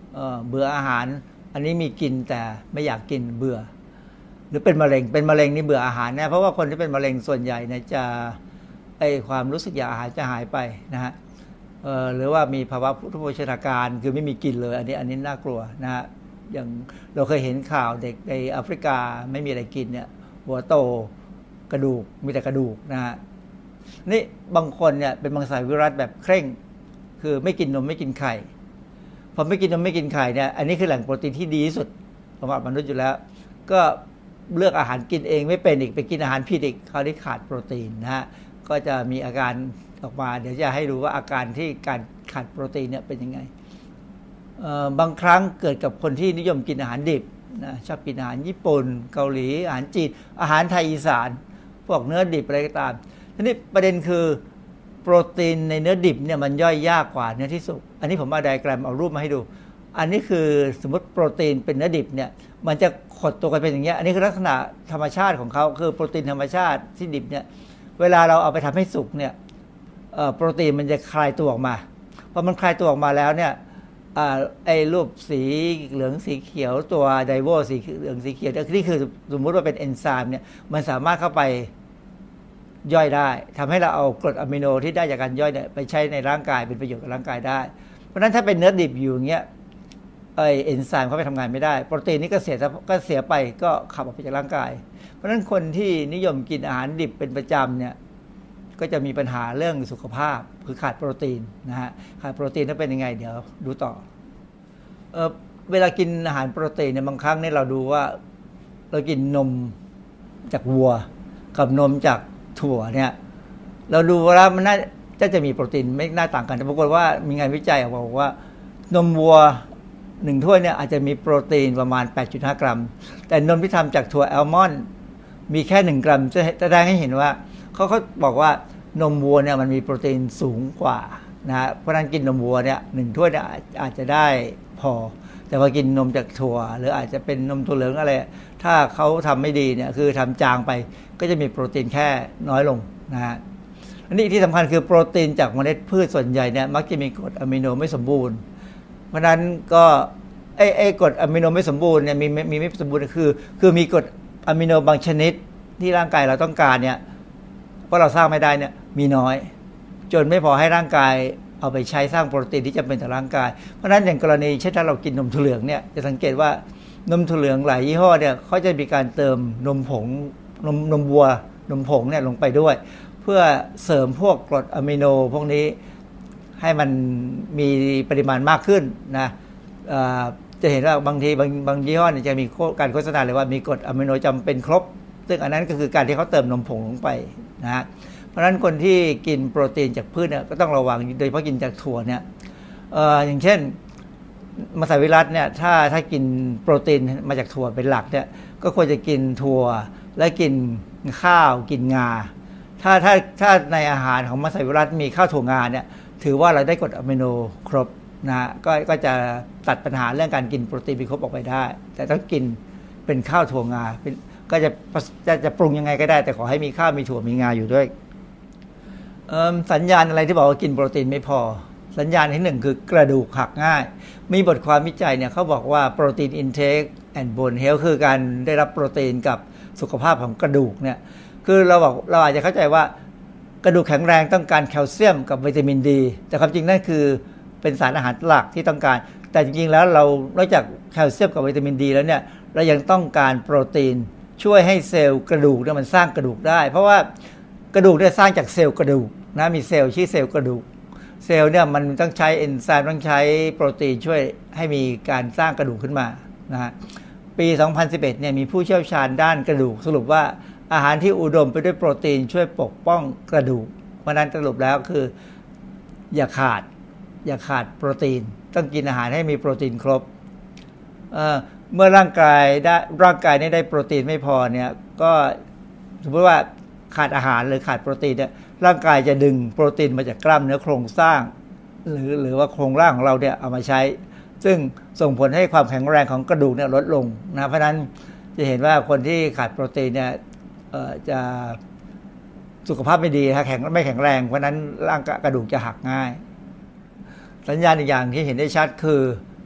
เอ่อเบื่ออาหารอันนี้มีกินแต่ไม่อยากกินเบื่อหรือเป็นมะเร็งเป็นมะเร็งนี่เบื่ออาหารแน่เพราะว่าคนที่เป็นมะเร็งส่วนใหญ่เนี่ยจะไอความรู้สึกอยากอาหารจะหายไปนะฮะเอ่อหรือว่ามีภาวะทุพโภชนาการคือไม่มีกินเลยอันนี้อันนี้น่ากลัวนะฮะอย่างเราเคยเห็นข่าวเด็กในแอฟริกาไม่มีอะไรกินเนี่ยหัวโตกระดูกมีแต่กระดูกนะฮะนี่บางคนเนี่ยเป็นมังสวิรัติแบบเคร่งคือไม่กินนมไม่กินไข่พอไม่กินนมไม่กินไข่เนี่ยอันนี้คือแหล่งโปรตีนที่ดีที่สุดสำหรับมนุษย์อยู่แล้วก็เลือกอาหารกินเองไม่เป็นอีกไปกินอาหารผิดอีกคราวนี้ขาดโปรตีนนะฮะก็จะมีอาการออกมาเดี๋ยวจะให้ดูว่าอาการที่การขาดโปรตีนเนี่ยเป็นยังไงบางครั้งเกิดกับคนที่นิยมกินอาหารดิบนะชอบกินอาหารญี่ปุ่นเกาหลีอาหารจีนอาหารไทยอีสานพวกเนื้อดิบอะไรก็ตามทีนี้ประเด็นคือโปรตีนในเนื้อดิบเนี่ยมันย่อยยากกว่าเนื้อที่สุกอันนี้ผมเอาไดอะแกรมเอารูปมาให้ดูอันนี้คือสมมติโปรตีนเป็นเนื้อดิบเนี่ยมันจะขดตัวกันเป็นอย่างเงี้ยอันนี้คือลักษณะธรรมชาติของเขาคือโปรตีนธรรมชาติที่ดิบเนี่ยเวลาเราเอาไปทำให้สุกเนี่ยโปรตีนมันจะคลายตัวออกมาพอมันคลายตัวออกมาแล้วเนี่ยไอ้รูปสีเหลืองสีเขียวตัวไดโวสีเหลืองสีเขียวนี่คือสมมุติว่าเป็นเอนไซม์เนี่ยมันสามารถเข้าไปย่อยได้ทำให้เราเอากรดอะมิโนที่ได้จากการย่อยเนี่ยไปใช้ในร่างกายเป็นประโยชน์กับร่างกายได้เพราะฉะนั้นถ้าเป็นเนื้อดิบอยู่อย่างเงี้ยไอเอนไซม์เขาไปทำงานไม่ได้โปรตีนนี้ก็เสียก็เสียไปก็ขับออกไปจากร่างกายเพราะฉะนั้นคนที่นิยมกินอาหารดิบเป็นประจำเนี่ยก็จะมีปัญหาเรื่องสุขภาพคือขาดโปรตีนนะฮะขาดโปรตีนนั้นเป็นยังไงเดี๋ยวดูต่อเออเวลากินอาหารโปรตีนเนี่ยบางครั้งเนี่ยเราดูว่าเรากินนมจากวัวกับนมจากถั่วเนี่ยเราดูว่ามันน่าจะจะมีโปรตีนไม่น่าต่างกันแต่ปรากฏว่ามีงานวิจัยออกมาบอกว่านมวัวหนึ่งถ้วยเนี่ยอาจจะมีโปรตีนประมาณ แปดจุดห้า กรัมแต่นมที่ทำจากถั่วแอลมอนด์มีแค่หนึ่งกรัมจะแสดงให้เห็นว่าเขาเขาบอกว่านมวัวเนี่ยมันมีโปรตีนสูงกว่านะฮะเพราะฉะนั้นกินนมวัวเนี่ยหนึ่งถ้วยเนี่ยอาจจะได้พอแต่พอกินนมจากถั่วหรืออาจจะเป็นนมถั่วเหลืองอะไรถ้าเขาทำไม่ดีเนี่ยคือทำจางไปก็จะมีโปรตีนแค่น้อยลงนะฮะอันนี้ที่สำคัญคือโปรตีนจากเมล็ดพืชส่วนใหญ่เนี่ยมักจะมีกรดอะมิโนไม่สมบูรณ์เพราะนั้นก็ไอ้ไอ้กรดอะมิโนไม่สมบูรณ์เนี่ยมีมีไม่สมบูรณ์คือคือมีกรดอะมิโนบางชนิดที่ร่างกายเราต้องการเนี่ยเพราะเราสร้างไม่ได้เนี่ยมีน้อยจนไม่พอให้ร่างกายเอาไปใช้สร้างโปรตีนที่จำเป็นต่อร่างกายเพราะฉะนั้นอย่างกรณีเช่นถ้าเรากินนมถั่วเหลืองเนี่ยจะสังเกตว่านมถั่วเหลืองหลายยี่ห้อเนี่ยเขาจะมีการเติมนมผงนมนมวัวนมผงเนี่ยลงไปด้วยเพื่อเสริมพวกกรดอะมิโนพวกนี้ให้มันมีปริมาณมากขึ้นนะจะเห็นว่าบางทีบางบางยี่ห้อเนี่ยจะมีการโฆษณาเลยว่ามีกรดอะมิโนจำเป็นครบซึ่งอันนั้นก็คือการที่เขาเติมนมผงลงไปนะฮะเพราะฉะนั้นคนที่กินโปรตีนจากพืชเนี่ยก็ต้องระวังโดยเฉพาะกินจากถั่วเนี่ย เอ่ออย่างเช่นมังสวิรัติเนี่ยถ้าถ้ากินโปรตีนมาจากถั่วเป็นหลักเนี่ยก็ควรจะกินถั่วและกินข้าวกินงาถ้าถ้าถ้าในอาหารของมังสวิรัติมีข้าวถั่วงาเนี่ยถือว่าเราได้กรดอะมิโนครบนะก็ก็จะตัดปัญหาเรื่องการกินโปรตีนไม่ครบออกไปได้แต่ต้องกินเป็นข้าวถั่วงาเป็นก็จะจะจะปรุงยังไงก็ได้แต่ขอให้มีข้าวมีถั่วมีงาอยู่ด้วยสัญญาณอะไรที่บอกว่ากินโปรตีนไม่พอสัญญาณที่หนึ่งคือกระดูกหักง่ายมีบทความวิจัยเนี่ยเขาบอกว่าโปรตีน intake and bone health คือการได้รับโปรตีนกับสุขภาพของกระดูกเนี่ยคือเราบอกเราอาจจะเข้าใจว่ากระดูกแข็งแรงต้องการแคลเซียมกับวิตามินดีแต่ความจริงนั่นคือเป็นสารอาหารหลักที่ต้องการแต่จริงๆแล้วเรานอกจากแคลเซียมกับวิตามินดีแล้วเนี่ยเรายังต้องการโปรตีนช่วยให้เซลล์กระดูกเนี่ยมันสร้างกระดูกได้เพราะว่ากระดูกเนี่ยสร้างจากเซลล์กระดูกนะมีเซลล์ชื่อเซลล์กระดูกเซลล์เนี่ยมันต้องใช้เอนไซม์ต้องใช้โปรตีนช่วยให้มีการสร้างกระดูกขึ้นมานะฮะปีสองพันสิบเอ็ดเนี่ยมีผู้เชี่ยวชาญด้านกระดูกสรุปว่าอาหารที่อุดมไปด้วยโปรตีนช่วยปกป้องกระดูกเพราะนั้นสรุปแล้วคืออย่าขาดอย่าขาดโปรตีนต้องกินอาหารให้มีโปรตีนครบ เอ่อ เมื่อร่างกายได้ร่างกายนี้ได้โปรตีนไม่พอเนี่ยก็สมมติว่าขาดอาหารหรือขาดโปรตีนเนี่ยร่างกายจะดึงโปรตีนมาจากกล้ามเนื้อโครงสร้างหรือหรือว่าโครงร่างของเราเนี่ยเอามาใช้ซึ่งส่งผลให้ความแข็งแรงของกระดูกเนี่ยลดลงนะเพราะฉะนั้นจะเห็นว่าคนที่ขาดโปรตีนเนี่ยเอ่อจะสุขภาพไม่ดีแข็งไม่แข็งแรงเพราะนั้นร่างกระดูกจะหักง่ายสัญญาณอีกอย่างที่เห็นได้ชัดคือ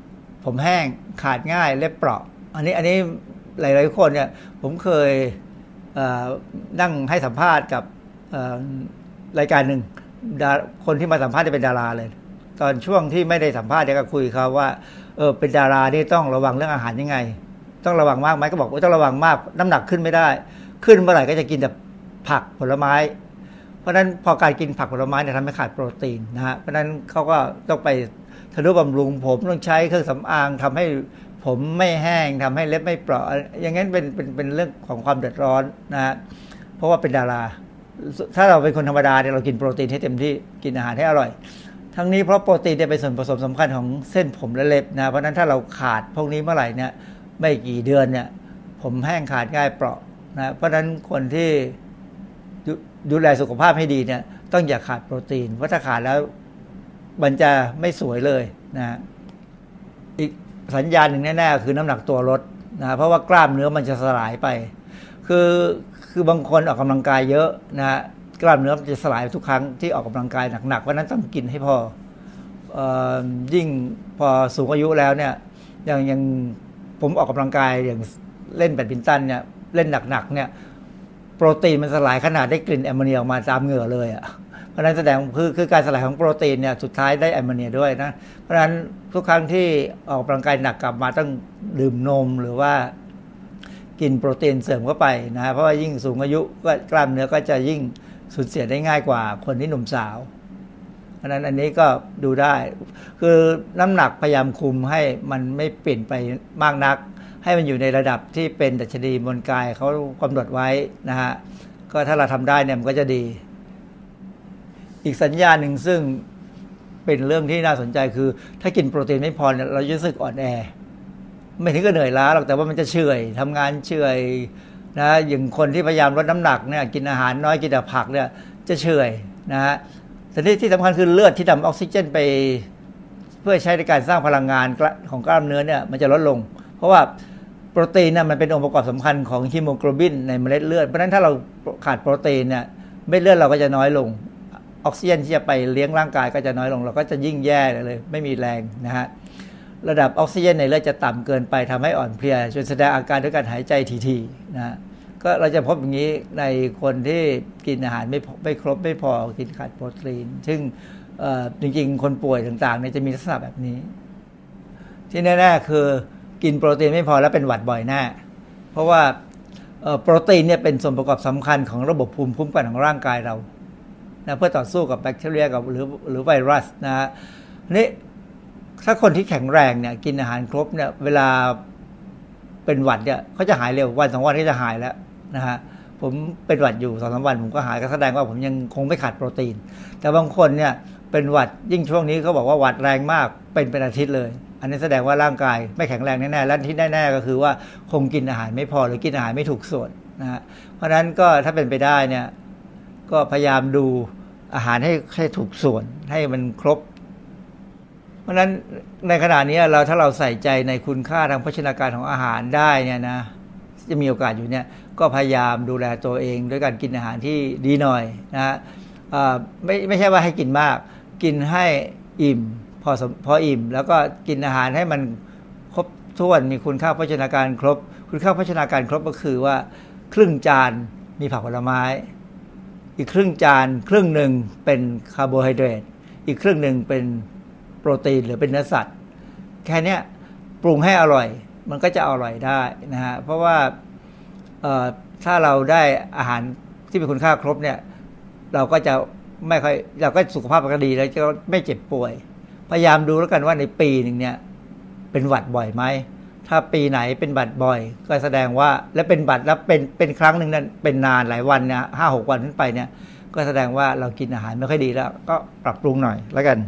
ผมแห้งขาดง่ายเล็บเปราะอันนี้อันนี้หลายๆคนเนี่ยผมเคยนั่งให้สัมภาษณ์กับรายการหนึ่งคนที่มาสัมภาษณ์จะเป็นดาราเลยตอนช่วงที่ไม่ได้สัมภาษณ์เนี่ยก็คุยเขาว่าเออเป็นดารานี่ต้องระวังเรื่องอาหารยังไงต้องระวังมากไหมก็บอกว่าต้องระวังมากน้ำหนักขึ้นไม่ได้ขึ้นเมื่อไหร่ก็จะกินแต่ผักผลไม้เพราะฉะนั้นพอการกินผักผลไม้เนี่ยทำให้ขาดโปรตีนนะฮะเพราะฉะนั้นเขาก็ต้องไปทนุบำรุงผมต้องใช้เครื่องสำอางทำให้ผมไม่แห้งทำให้เล็บไม่เปราะอย่างนั้นเป็นเป็นเป็นเรื่องของความเดือดร้อนนะฮะเพราะว่าเป็นดาราถ้าเราเป็นคนธรรมดาเนี่ยเรากินโปรตีนให้เต็มที่กินอาหารให้อร่อยทั้งนี้เพราะโปรตีนเนี่ยเป็นส่วนผสมสำคัญของเส้นผมและเล็บนะเพราะฉะนั้นถ้าเราขาดพวกนี้เมื่อไหร่เนี่ยไม่กี่เดือนเนี่ยผมแห้งขาดง่ายเปราะนะเพราะฉะนั้นคนที่ดูแลสุขภาพให้ดีเนี่ยต้องอย่าขาดโปรตีนเพราะถ้าขาดแล้วมันจะไม่สวยเลยนะอีกสัญญาณหนึ่งแน่ๆคือน้ำหนักตัวลดนะเพราะว่ากล้ามเนื้อมันจะสลายไปคือคือบางคนออกกำลังกายเยอะนะกล้ามเนื้อมันจะสลายทุกครั้งที่ออกกำลังกายหนักๆเพราะนั้นต้องกินให้พอเอ่อยิ่งพอสูงอายุแล้วเนี่ยอย่างอย่างผมออกกำลังกายอย่างเล่นแบดมินตันเนี่ยเล่นหนักๆเนี่ยโปรตีนมันสลายขนาดได้กลิ่นแอมโมเนียออกมาตามเหงื่อเลยอ่ะเพราะนั้นแสดงคือคือการสลายของโปรตีนเนี่ยสุดท้ายได้แอมโมเนียด้วยนะเพราะฉะนั้นทุกครั้งที่ออกกำลังกายหนักกลับมาต้องดื่มนมหรือว่ากินโปรตีนเสริมเข้าไปนะเพราะว่ายิ่งสูงอายุก็กล้ามเนื้อก็จะยิ่งสูญเสียได้ง่ายกว่าคนที่หนุ่มสาวเพราะนั้นอันนี้ก็ดูได้คือน้ำหนักพยายามคุมให้มันไม่เปลี่ยนไปมากนักให้มันอยู่ในระดับที่เป็นดัชนีมวลกายเขากำหนดไว้นะฮะก็ถ้าเราทำได้เนี่ยมันก็จะดีอีกสัญญาณหนึ่งซึ่งเป็นเรื่องที่น่าสนใจคือถ้ากินโปรตีนไม่พอเนี่ยเราจะรู้สึกอ่อนแอไม่ถึงกับเหนื่อยล้าหรอกแต่ว่ามันจะเฉื่อยทำงานเฉื่อยนะอย่างคนที่พยายามลดน้ำหนักเนี่ยกินอาหารน้อยกินแต่ผักเนี่ยจะเฉื่อยนะฮะแต่ที่ที่สำคัญคือเลือดที่นำออกซิเจนไปเพื่อใช้ในการสร้างพลังงานของกล้ามเนื้อเนี่ยมันจะลดลงเพราะว่าโปรตีนน่ะมันเป็นองค์ประกอบสำคัญของฮีโมโกลบินในเมล็ดเลือดเพราะฉะนั้นถ้าเราขาดโปรตีนเนี่ยเม็ดเลือดเราก็จะน้อยลงออกซิเจนที่จะไปเลี้ยงร่างกายก็จะน้อยลงเราก็จะยิ่งแย่เลยไม่มีแรงนะฮะระดับออกซิเจนในเลือดจะต่ำเกินไปทำให้อ่อนเพลียจนแสดงอาการด้วยการหายใจถี่ๆนะก็เราจะพบอย่างนี้ในคนที่กินอาหารไม่ไม่ครบไม่พอกินขาดโปรตีนซึ่งจริงๆคนป่วยต่างๆเนี่ยจะมีลักษณะแบบนี้ที่แน่ๆคือกินโปรตีนไม่พอแล้วเป็นหวัดบ่อยแน่เพราะว่าโปรตีนเนี่ยเป็นส่วนประกอบสำคัญของระบบภูมิคุ้มกันของร่างกายเรานะเพื่อต่อสู้กับแบคทีเรียกับหรือหรือไวรัสนะฮะนี่ถ้าคนที่แข็งแรงเนี่ยกินอาหารครบเนี่ยเวลาเป็นหวัดเนี่ยเขาจะหายเร็ววันสองวันก็จะหายแล้วนะฮะผมเป็นหวัดอยู่สองสามวันผมก็หายก็แสดงว่าผมยังคงไม่ขาดโปรตีนแต่บางคนเนี่ยเป็นหวัดยิ่งช่วงนี้เขาบอกว่าหวัดแรงมากเป็นเป็นอาทิตย์เลยอันนี้แสดงว่าร่างกายไม่แข็งแรงแน่ๆและที่แน่ๆก็คือว่าคงกินอาหารไม่พอหรือกินอาหารไม่ถูกส่วนนะฮะเพราะฉะนั้นก็ถ้าเป็นไปได้เนี่ยก็พยายามดูอาหารให้ให้ถูกส่วนให้มันครบเพราะฉะนั้นในขณะนี้เราถ้าเราใส่ใจในคุณค่าทางโภชนาการของอาหารได้เนี่ยนะจะมีโอกาสอยู่เนี่ยก็พยายามดูแลตัวเองด้วยการกินอาหารที่ดีหน่อยนะฮะไม่ไม่ใช่ว่าให้กินมากกินให้อิ่มพอพออิ่มแล้วก็กินอาหารให้มันครบถ้วนมีคุณค่าโภชนาการครบคุณค่าโภชนาการครบก็คือว่าครึ่งจานมีผักผลไม้อีกครึ่งจานครึ่งหนึ่งเป็นคาร์โบไฮเดรตอีกครึ่งหนึ่งเป็นโปรตีนหรือเป็นเนื้อสัตว์แค่นี้ปรุงให้อร่อยมันก็จะอร่อยได้นะฮะเพราะว่าถ้าเราได้อาหารที่มีคุณค่าครบเนี่ยเราก็จะไม่ค่อยเราก็สุขภาพก็ดีแล้วจะไม่เจ็บป่วยพยายามดูแล้วกันว่าในปีหนึ่งเนี่ยเป็นหวัดบ่อยไหมถ้าปีไหนเป็นหวัดบ่อยก็แสดงว่าและเป็นหวัดแล้วเป็นเป็นครั้งหนึ่งนั้นเป็นนานหลายวันเนี่ยห้าหกวันขึ้นไปเนี่ยก็แสดงว่าเรากินอาหารไม่ค่อยดีแล้วก็ปรับปรุงหน่อยแล้วกัน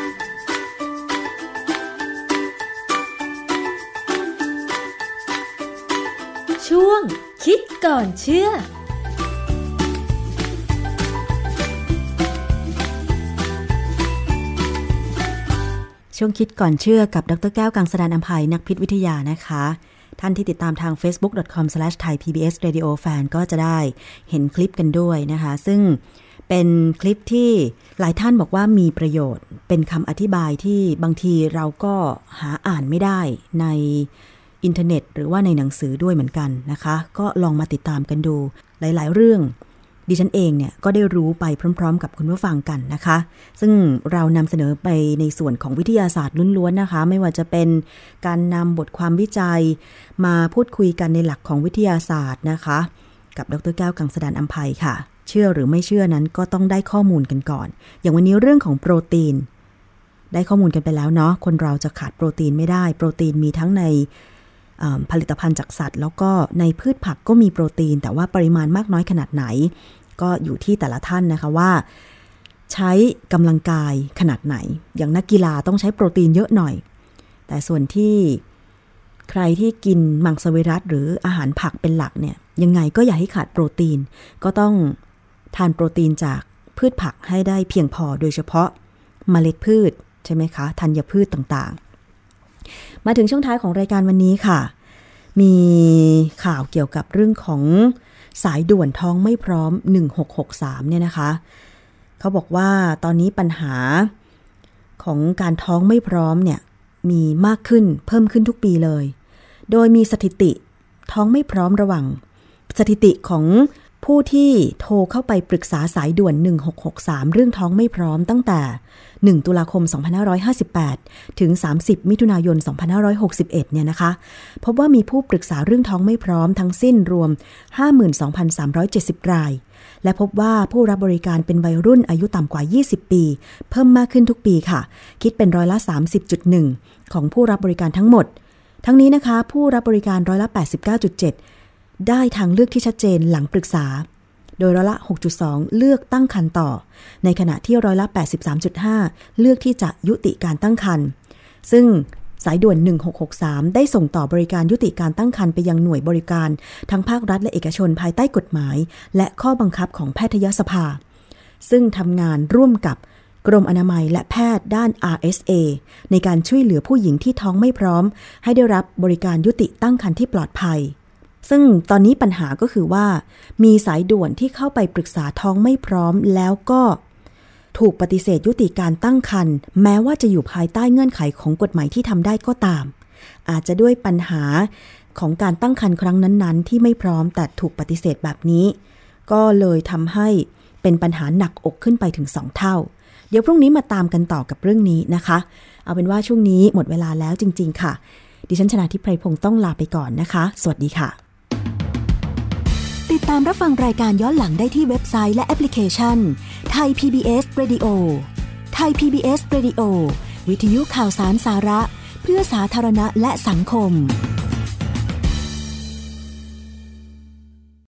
ช่วงคิดก่อนเชื่อช่วงคิดก่อนเชื่อกับดร.แก้วกังสดาลอำไพนักพิษวิทยานะคะท่านที่ติดตามทาง เฟซบุ๊ก ดอท คอม สแลช ไทย พี บี เอส เรดิโอ แฟน ก็จะได้เห็นคลิปกันด้วยนะคะซึ่งเป็นคลิปที่หลายท่านบอกว่ามีประโยชน์เป็นคำอธิบายที่บางทีเราก็หาอ่านไม่ได้ในอินเทอร์เน็ตหรือว่าในหนังสือด้วยเหมือนกันนะคะก็ลองมาติดตามกันดูหลายๆเรื่องดิฉันเองเนี่ยก็ได้รู้ไปพร้อมๆกับคุณผู้ฟังกันนะคะซึ่งเรานำเสนอไปในส่วนของวิทยาศาสตร์ล้วนๆนะคะไม่ว่าจะเป็นการนำบทความวิจัยมาพูดคุยกันในหลักของวิทยาศาสตร์นะคะกับดร.แก้วกังสดาลอำไพค่ะเชื่อหรือไม่เชื่อนั้นก็ต้องได้ข้อมูลกันก่อนอย่างวันนี้เรื่องของโปรตีนได้ข้อมูลกันไปแล้วเนาะคนเราจะขาดโปรตีนไม่ได้โปรตีนมีทั้งในผลิตภัณฑ์จากสัตว์แล้วก็ในพืชผักก็มีโปรตีนแต่ว่าปริมาณมากน้อยขนาดไหนก็อยู่ที่แต่ละท่านนะคะว่าใช้กำลังกายขนาดไหนอย่างนักกีฬาต้องใช้โปรตีนเยอะหน่อยแต่ส่วนที่ใครที่กินมังสวิรัติหรืออาหารผักเป็นหลักเนี่ยยังไงก็อย่าให้ขาดโปรตีนก็ต้องทานโปรตีนจากพืชผักให้ได้เพียงพอโดยเฉพาะเมล็ดพืชใช่ไหมคะธัญพืชต่างๆมาถึงช่วงท้ายของรายการวันนี้ค่ะมีข่าวเกี่ยวกับเรื่องของสายด่วนท้องไม่พร้อมหนึ่งหกหกสามเนี่ยนะคะเขาบอกว่าตอนนี้ปัญหาของการท้องไม่พร้อมเนี่ยมีมากขึ้นเพิ่มขึ้นทุกปีเลยโดยมีสถิติท้องไม่พร้อมระหว่างสถิติของผู้ที่โทรเข้าไปปรึกษาสายด่วนหนึ่งหกหกสามเรื่องท้องไม่พร้อมตั้งแต่หนึ่งตุลาคมสองพันห้าร้อยห้าสิบแปดถึงสามสิบมิถุนายนสองพันห้าร้อยหกสิบเอ็ดเนี่ยนะคะพบว่ามีผู้ปรึกษาเรื่องท้องไม่พร้อมทั้งสิ้นรวม ห้าหมื่นสองพันสามร้อยเจ็ดสิบ รายและพบว่าผู้รับบริการเป็นวัยรุ่นอายุต่ำกว่ายี่สิบปีเพิ่มมากขึ้นทุกปีค่ะคิดเป็นร้อยละ สามสิบจุดหนึ่ง ของผู้รับบริการทั้งหมดทั้งนี้นะคะผู้รับบริการร้อยละ แปดสิบเก้าจุดเจ็ด ได้ทางเลือกที่ชัดเจนหลังปรึกษาโดยร้อยละ หกจุดสอง เลือกตั้งครรภ์ต่อในขณะที่ร้อยละ แปดสิบสามจุดห้า เลือกที่จะยุติการตั้งครรภ์ซึ่งสายด่วนหนึ่งหกหกสามได้ส่งต่อบริการยุติการตั้งครรภ์ไปยังหน่วยบริการทั้งภาครัฐและเอกชนภายใต้กฎหมายและข้อบังคับของแพทยสภาซึ่งทำงานร่วมกับกรมอนามัยและแพทย์ด้าน อาร์ เอส เอ ในการช่วยเหลือผู้หญิงที่ท้องไม่พร้อมให้ได้รับบริการยุติตั้งครรภ์ที่ปลอดภัยซึ่งตอนนี้ปัญหาก็คือว่ามีสายด่วนที่เข้าไปปรึกษาท้องไม่พร้อมแล้วก็ถูกปฏิเสธยุติการตั้งครรภ์แม้ว่าจะอยู่ภายใต้เงื่อนไขของกฎหมายที่ทำได้ก็ตามอาจจะด้วยปัญหาของการตั้งครรภ์ครั้งนั้นๆที่ไม่พร้อมแต่ถูกปฏิเสธแบบนี้ก็เลยทำให้เป็นปัญหาหนักอกขึ้นไปถึงสองเท่าเดี๋ยวพรุ่งนี้มาตามกันต่อกับเรื่องนี้นะคะเอาเป็นว่าช่วงนี้หมดเวลาแล้วจริงๆค่ะดิฉันชนาธิปไพพงศ์ต้องลาไปก่อนนะคะสวัสดีค่ะติดตามรับฟังรายการย้อนหลังได้ที่เว็บไซต์และแอปพลิเคชัน Thai พี บี เอส Radio Thai พี บี เอส Radio วิทยุข่าวสารสาระเพื่อสาธารณะและสังคม